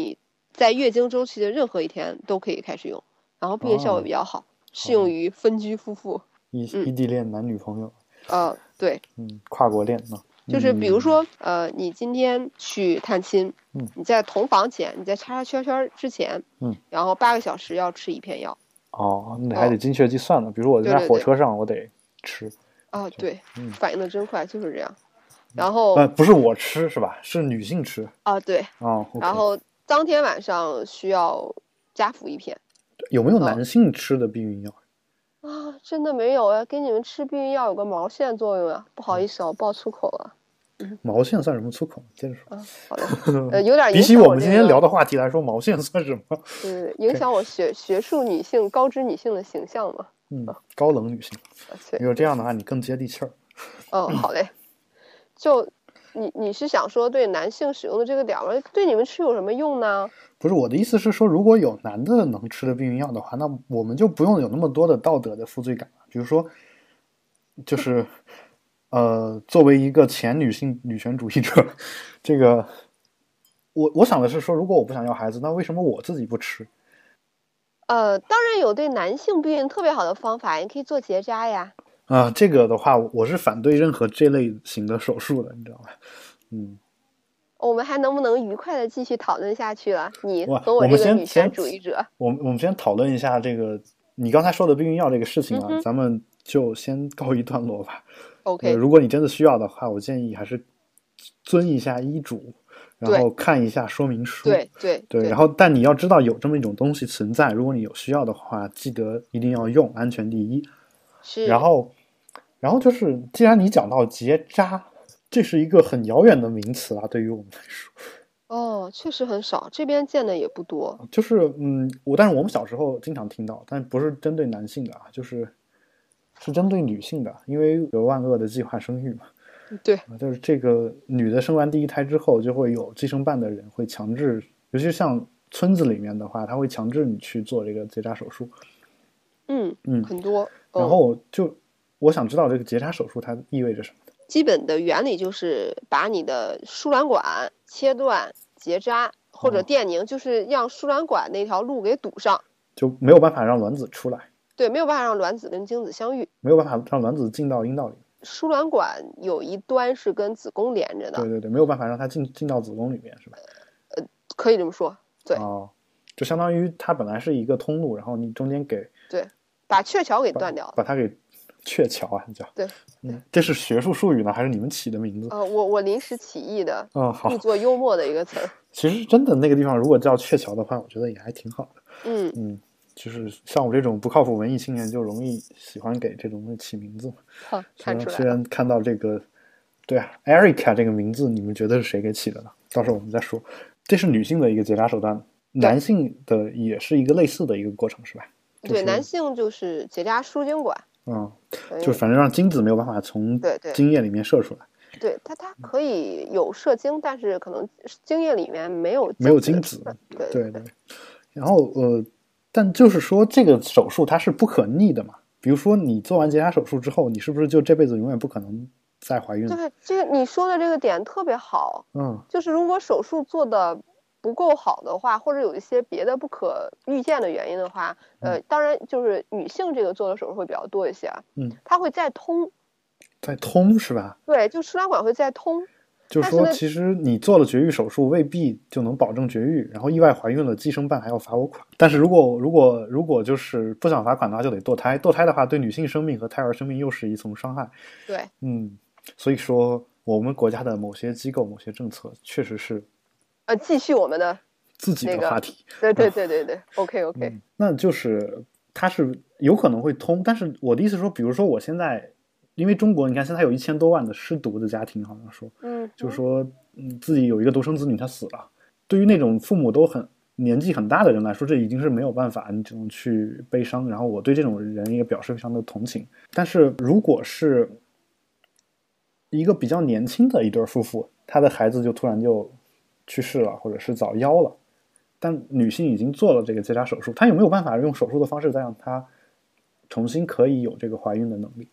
在月经周期的任何一天都可以开始用，然后避孕效果比较好， 哦、 适用于分居夫妇、 异异地恋男女朋友。 呃，对， 嗯，跨国恋呢。 就是比如说，嗯、呃，你今天去探亲， 嗯， 你在同房前，你在叉叉圈圈之前， 嗯， 然后八个小时要吃一片药。 哦，你还得精确计算呢。哦、比如我在火车上，我得吃。 哦，对， 嗯、 反应的真快，就是这样。然后呃，不是我吃是吧？是女性吃。 啊，对。 哦， okay、 然后当天晚上需要加服一片。 有没有男性吃的避孕药？ 哦、啊，真的没有啊！给你们吃避孕药有个毛线作用啊！不好意思啊，我爆粗口了。 嗯、毛线算什么粗口？接着说。 啊，好的。呃，有点比起我们今天聊的话题来说，毛线算什么？ 对，影响我学学术女性、高知女性的形象嘛。 嗯，高冷女性。 对， 有这样的话，你更接地气儿。 嗯，好嘞。就你你是想说对男性使用的这个点儿，对你们吃有什么用呢？ 不是，我的意思是说，如果有男的能吃的避孕药的话，那我们就不用有那么多的道德的负罪感了。比如说，就是呃，作为一个前女性女权主义者，这个我我想的是说，如果我不想要孩子，那为什么我自己不吃？ 呃，当然有对男性避孕特别好的方法，你可以做结扎呀。 啊、呃，这个的话，我是反对任何这类型的手术的，你知道吗？嗯。 我们还能不能愉快的继续讨论下去了？你和我这个女权主义者， 我们我们先讨论一下这个你刚才说的避孕药这个事情啊，嗯、咱们就先告一段落吧。 OK，、 呃、如果你真的需要的话，我建议还是遵一下医嘱，然后看一下说明书。 对对对, 对，然后但你要知道有这么一种东西存在，如果你有需要的话，记得一定要用，安全第一。 是。 然后，然后就是，既然你讲到结扎。这是一个很遥远的名词啊，对于我们来说。 哦，确实很少，这边见的也不多。 就是嗯，我但是我们小时候经常听到，但不是针对男性的啊，就是是针对女性的，因为有万恶的计划生育嘛。 对， 就是这个女的生完第一胎之后，就会有计生办的人会强制，尤其是像村子里面的话，他会强制你去做这个结扎手术。 嗯嗯，很多。 然后就我想知道这个结扎手术它意味着什么。 基本的原理就是把你的输卵管切断、结扎或者电凝，哦、就是让输卵管那条路给堵上， 就没有办法让卵子出来。 对，没有办法让卵子跟精子相遇， 没有办法让卵子进到阴道里。 输卵管有一端是跟子宫连着的。 对对对，没有办法让它进进到子宫里面，是吧？ 呃，可以这么说，对。 哦，就相当于它本来是一个通路，然后你中间给对，把鹊桥给断掉了， 把, 把它给。鹊桥啊，叫对， 嗯，这是学术术语呢，还是你们起的名字？ 呃，我我临时起意的， 嗯，好， 故作幽默的一个词儿。 其实真的那个地方如果叫鹊桥的话，我觉得也还挺好的。 嗯嗯，就是像我这种不靠谱文艺青年，就容易喜欢给这种起名字。 好，看出来了。 虽然看到这个，对啊 ，Erica 这个名字，你们觉得是谁给起的呢？到时候我们再说。这是女性的一个结扎手段，男性的也是一个类似的一个过程，是吧？ 对，就是、男性就是结扎输精管。 嗯，就反正让精子没有办法从精液里面射出来。 对，它它可以有射精，但是可能精液里面没有没有精子。 对对 对, 对。然后呃，但就是说这个手术它是不可逆的嘛。比如说你做完结扎手术之后，你是不是就这辈子永远不可能再怀孕？ 对，这个你说的这个点特别好。 嗯， 就是如果手术做的不够好的话，或者有一些别的不可预见的原因的话，呃，当然就是女性这个做的手术会比较多一些啊。 嗯， 它会再通， 再通是吧？ 对，就输卵管会再通。 就是说，其实你做了绝育手术，未必就能保证绝育，然后意外怀孕了，计生办还要罚我款。但是如果如果如果就是不想罚款的话，就得堕胎。堕胎的话，对女性生命和胎儿生命又是一层伤害。 对， 嗯，所以说我们国家的某些机构、某些政策，确实是。 呃，继续我们的自己的话题， 那个、对对对对对、嗯、，OK OK，、 嗯、那就是它是有可能会通，但是我的意思说，比如说我现在，因为中国你看现在有一千多万的失独的家庭，好像说， 嗯， 就是说，嗯，自己有一个独生子女他死了，对于那种父母都很年纪很大的人来说，这已经是没有办法，你只能去悲伤。然后我对这种人也表示非常的同情。但是如果是一个比较年轻的一对夫妇，他的孩子就突然就去世了，或者是早夭了，但女性已经做了这个结扎手术，她有没有办法用手术的方式再让她重新可以有这个怀孕的能力？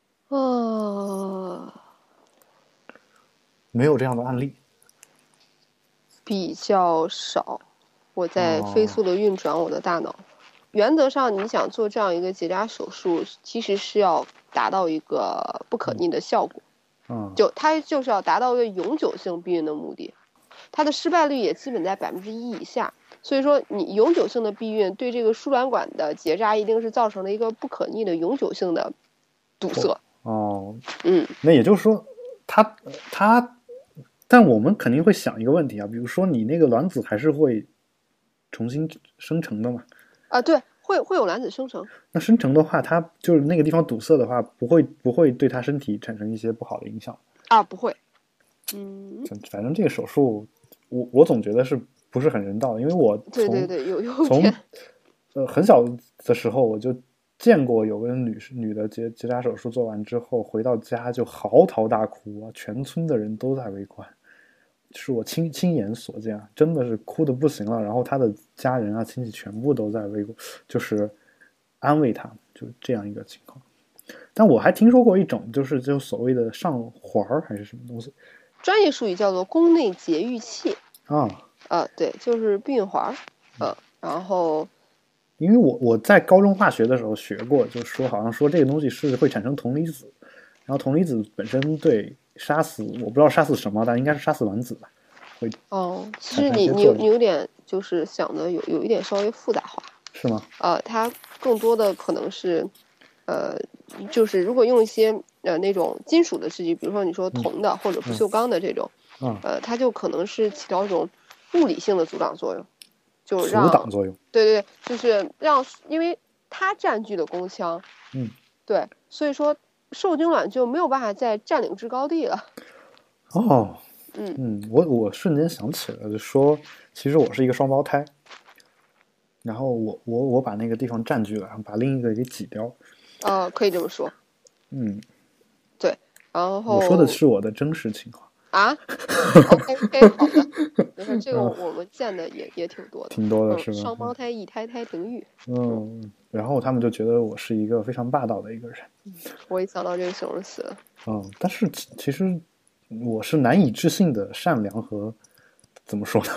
哦， 没有这样的案例， 比较少。 我在飞速的运转我的大脑。哦、原则上，你想做这样一个结扎手术，其实是要达到一个不可逆的效果。 嗯， 就它就是要达到一个永久性避孕的目的，它的失败率也基本在百分之一以下。所以说，你永久性的避孕对这个输卵管的结扎一定是造成了一个不可逆的永久性的堵塞。 哦， 嗯， 那也就是说，它它，但我们肯定会想一个问题啊，比如说你那个卵子还是会重新生成的嘛？ 啊，对，会会有卵子生成。 那生成的话，它就是那个地方堵塞的话，不会不会对它身体产生一些不好的影响啊？不会。嗯， 反正这个手术，我我总觉得是不是很人道的，因为我对对对有有从呃很小的时候我就见过有个女女的结结扎手术做完之后回到家就嚎啕大哭啊，全村的人都在围观，是我亲亲眼所见啊，真的是哭得不行了。然后她的家人啊亲戚全部都在围观，就是安慰她，就这样一个情况。但我还听说过一种，就是就所谓的上环还是什么东西。 专业术语叫做宫内节育器啊啊，对，就是避孕环，嗯，然后， 因为我我在高中化学的时候学过，就说好像说这个东西是会产生铜离子，然后铜离子本身对杀死我不知道杀死什么，但应该是杀死卵子吧。会哦，其实你你你有点就是想的有有一点稍微复杂化， 是吗？ 呃，它更多的可能是，呃，就是如果用一些。呃，那种金属的制剂，比如说你说铜的、嗯、或者不锈钢的这种， 嗯， 呃，它就可能是起到一种物理性的阻挡作用，就让阻挡作用。 对对对，就是让，因为它占据了宫腔， 嗯， 对，所以说受精卵就没有办法再占领制高地了。 哦， 嗯嗯，我我瞬间想起了，就说其实我是一个双胞胎，然后我我我把那个地方占据了，然后把另一个给挤掉。 呃，可以这么说。 嗯。 对，然后我说的是我的真实情况啊。OK OK， 好的，没事，这个我们见的也、嗯、也挺多的， 挺多的是吧？ 双胞胎一胎胎停育。 嗯，然后他们就觉得我是一个非常霸道的一个人。 嗯、我一想到这个形容词， 嗯，但是其实我是难以置信的善良和怎么说呢？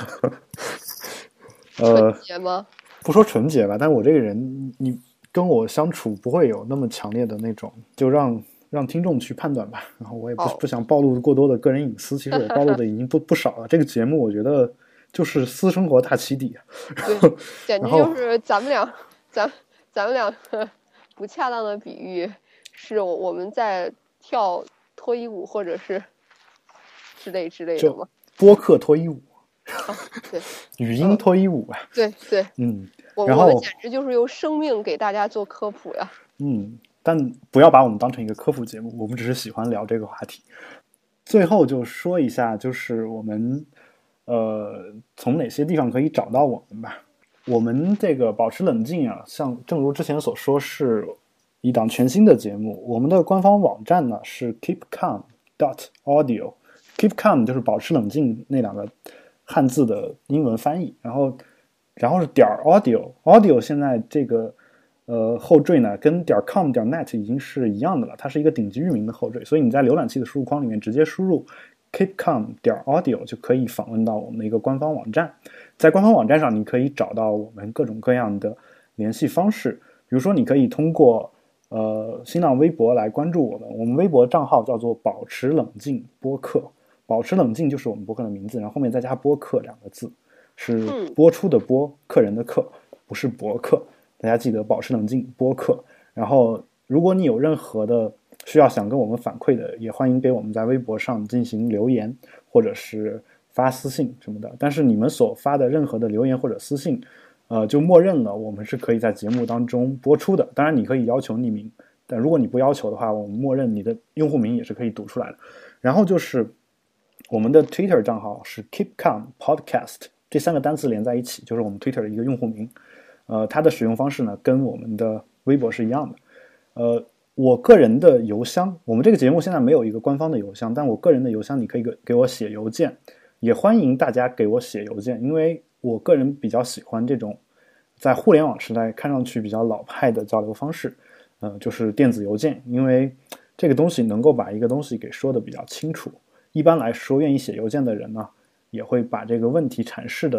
呃，纯洁吗？ 不说纯洁吧，但是我这个人，你跟我相处不会有那么强烈的那种，就让。让听众去判断吧，然后我也不、oh. 不想暴露过多的个人隐私，其实我暴露的已经不不少了。这个节目我觉得就是私生活大起底， 对，简直就是咱们俩，咱咱们俩不恰当的比喻，是我我们在跳脱衣舞或者是之类之类的吗？ 播客脱衣舞， 啊、对， 语音脱衣舞啊， 对对， 嗯， 我然后我们简直就是用生命给大家做科普呀， 嗯。但不要把我们当成一个科普节目，我们只是喜欢聊这个话题。最后就说一下，就是我们呃从哪些地方可以找到我们吧。我们这个保持冷静啊，像正如之前所说，是一档全新的节目。我们的官方网站呢是 keep calm dot audio， keep calm 就是保持冷静那两个汉字的英文翻译，然后然后是点 audio audio 现在这个。呃，后缀呢跟点 com 点 net 已经是一样的了，它是一个顶级域名的后缀，所以你在浏览器的输入框里面直接输入 keepcalm 点 audio 就可以访问到我们的一个官方网站。在官方网站上，你可以找到我们各种各样的联系方式，比如说你可以通过呃新浪微博来关注我们，我们微博账号叫做保持冷静播客，保持冷静就是我们播客的名字，然后后面再加播客两个字，是播出的播，客人的客，不是博客。大家记得保持冷静播客，然后如果你有任何的需要想跟我们反馈的，也欢迎给我们在微博上进行留言或者是发私信什么的，但是你们所发的任何的留言或者私信呃，就默认了我们是可以在节目当中播出的，当然你可以要求匿名，但如果你不要求的话，我们默认你的用户名也是可以读出来的。然后就是我们的 Twitter 账号是 keep calm podcast， 这三个单词连在一起就是我们 Twitter 的一个用户名，呃，它的使用方式呢跟我们的微博是一样的。呃，我个人的邮箱，我们这个节目现在没有一个官方的邮箱，但我个人的邮箱你可以给给我写邮件，也欢迎大家给我写邮件，因为我个人比较喜欢这种在互联网时代看上去比较老派的交流方式，呃，就是电子邮件，因为这个东西能够把一个东西给说得比较清楚。一般来说，愿意写邮件的人呢，也会把这个问题阐释的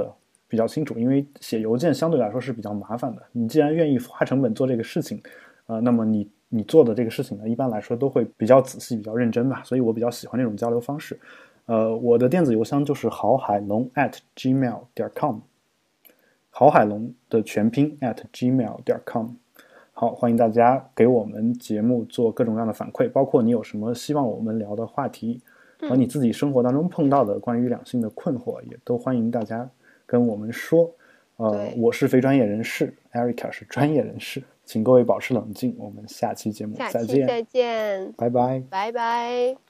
比较清楚，因为写邮件相对来说是比较麻烦的。你既然愿意花成本做这个事情，呃，那么你你做的这个事情呢，一般来说都会比较仔细、比较认真吧。所以我比较喜欢这种交流方式。呃，我的电子邮箱就是郝海龙 at gmail 点 com， 郝海龙的全拼 at gmail 点 com。好，欢迎大家给我们节目做各种各样的反馈，包括你有什么希望我们聊的话题，和你自己生活当中碰到的关于两性的困惑，也都欢迎大家跟我们说。呃，我是非专业人士 ，Erica 是专业人士，请各位保持冷静，我们下期节目再见， 下期再见， 拜拜， 拜拜。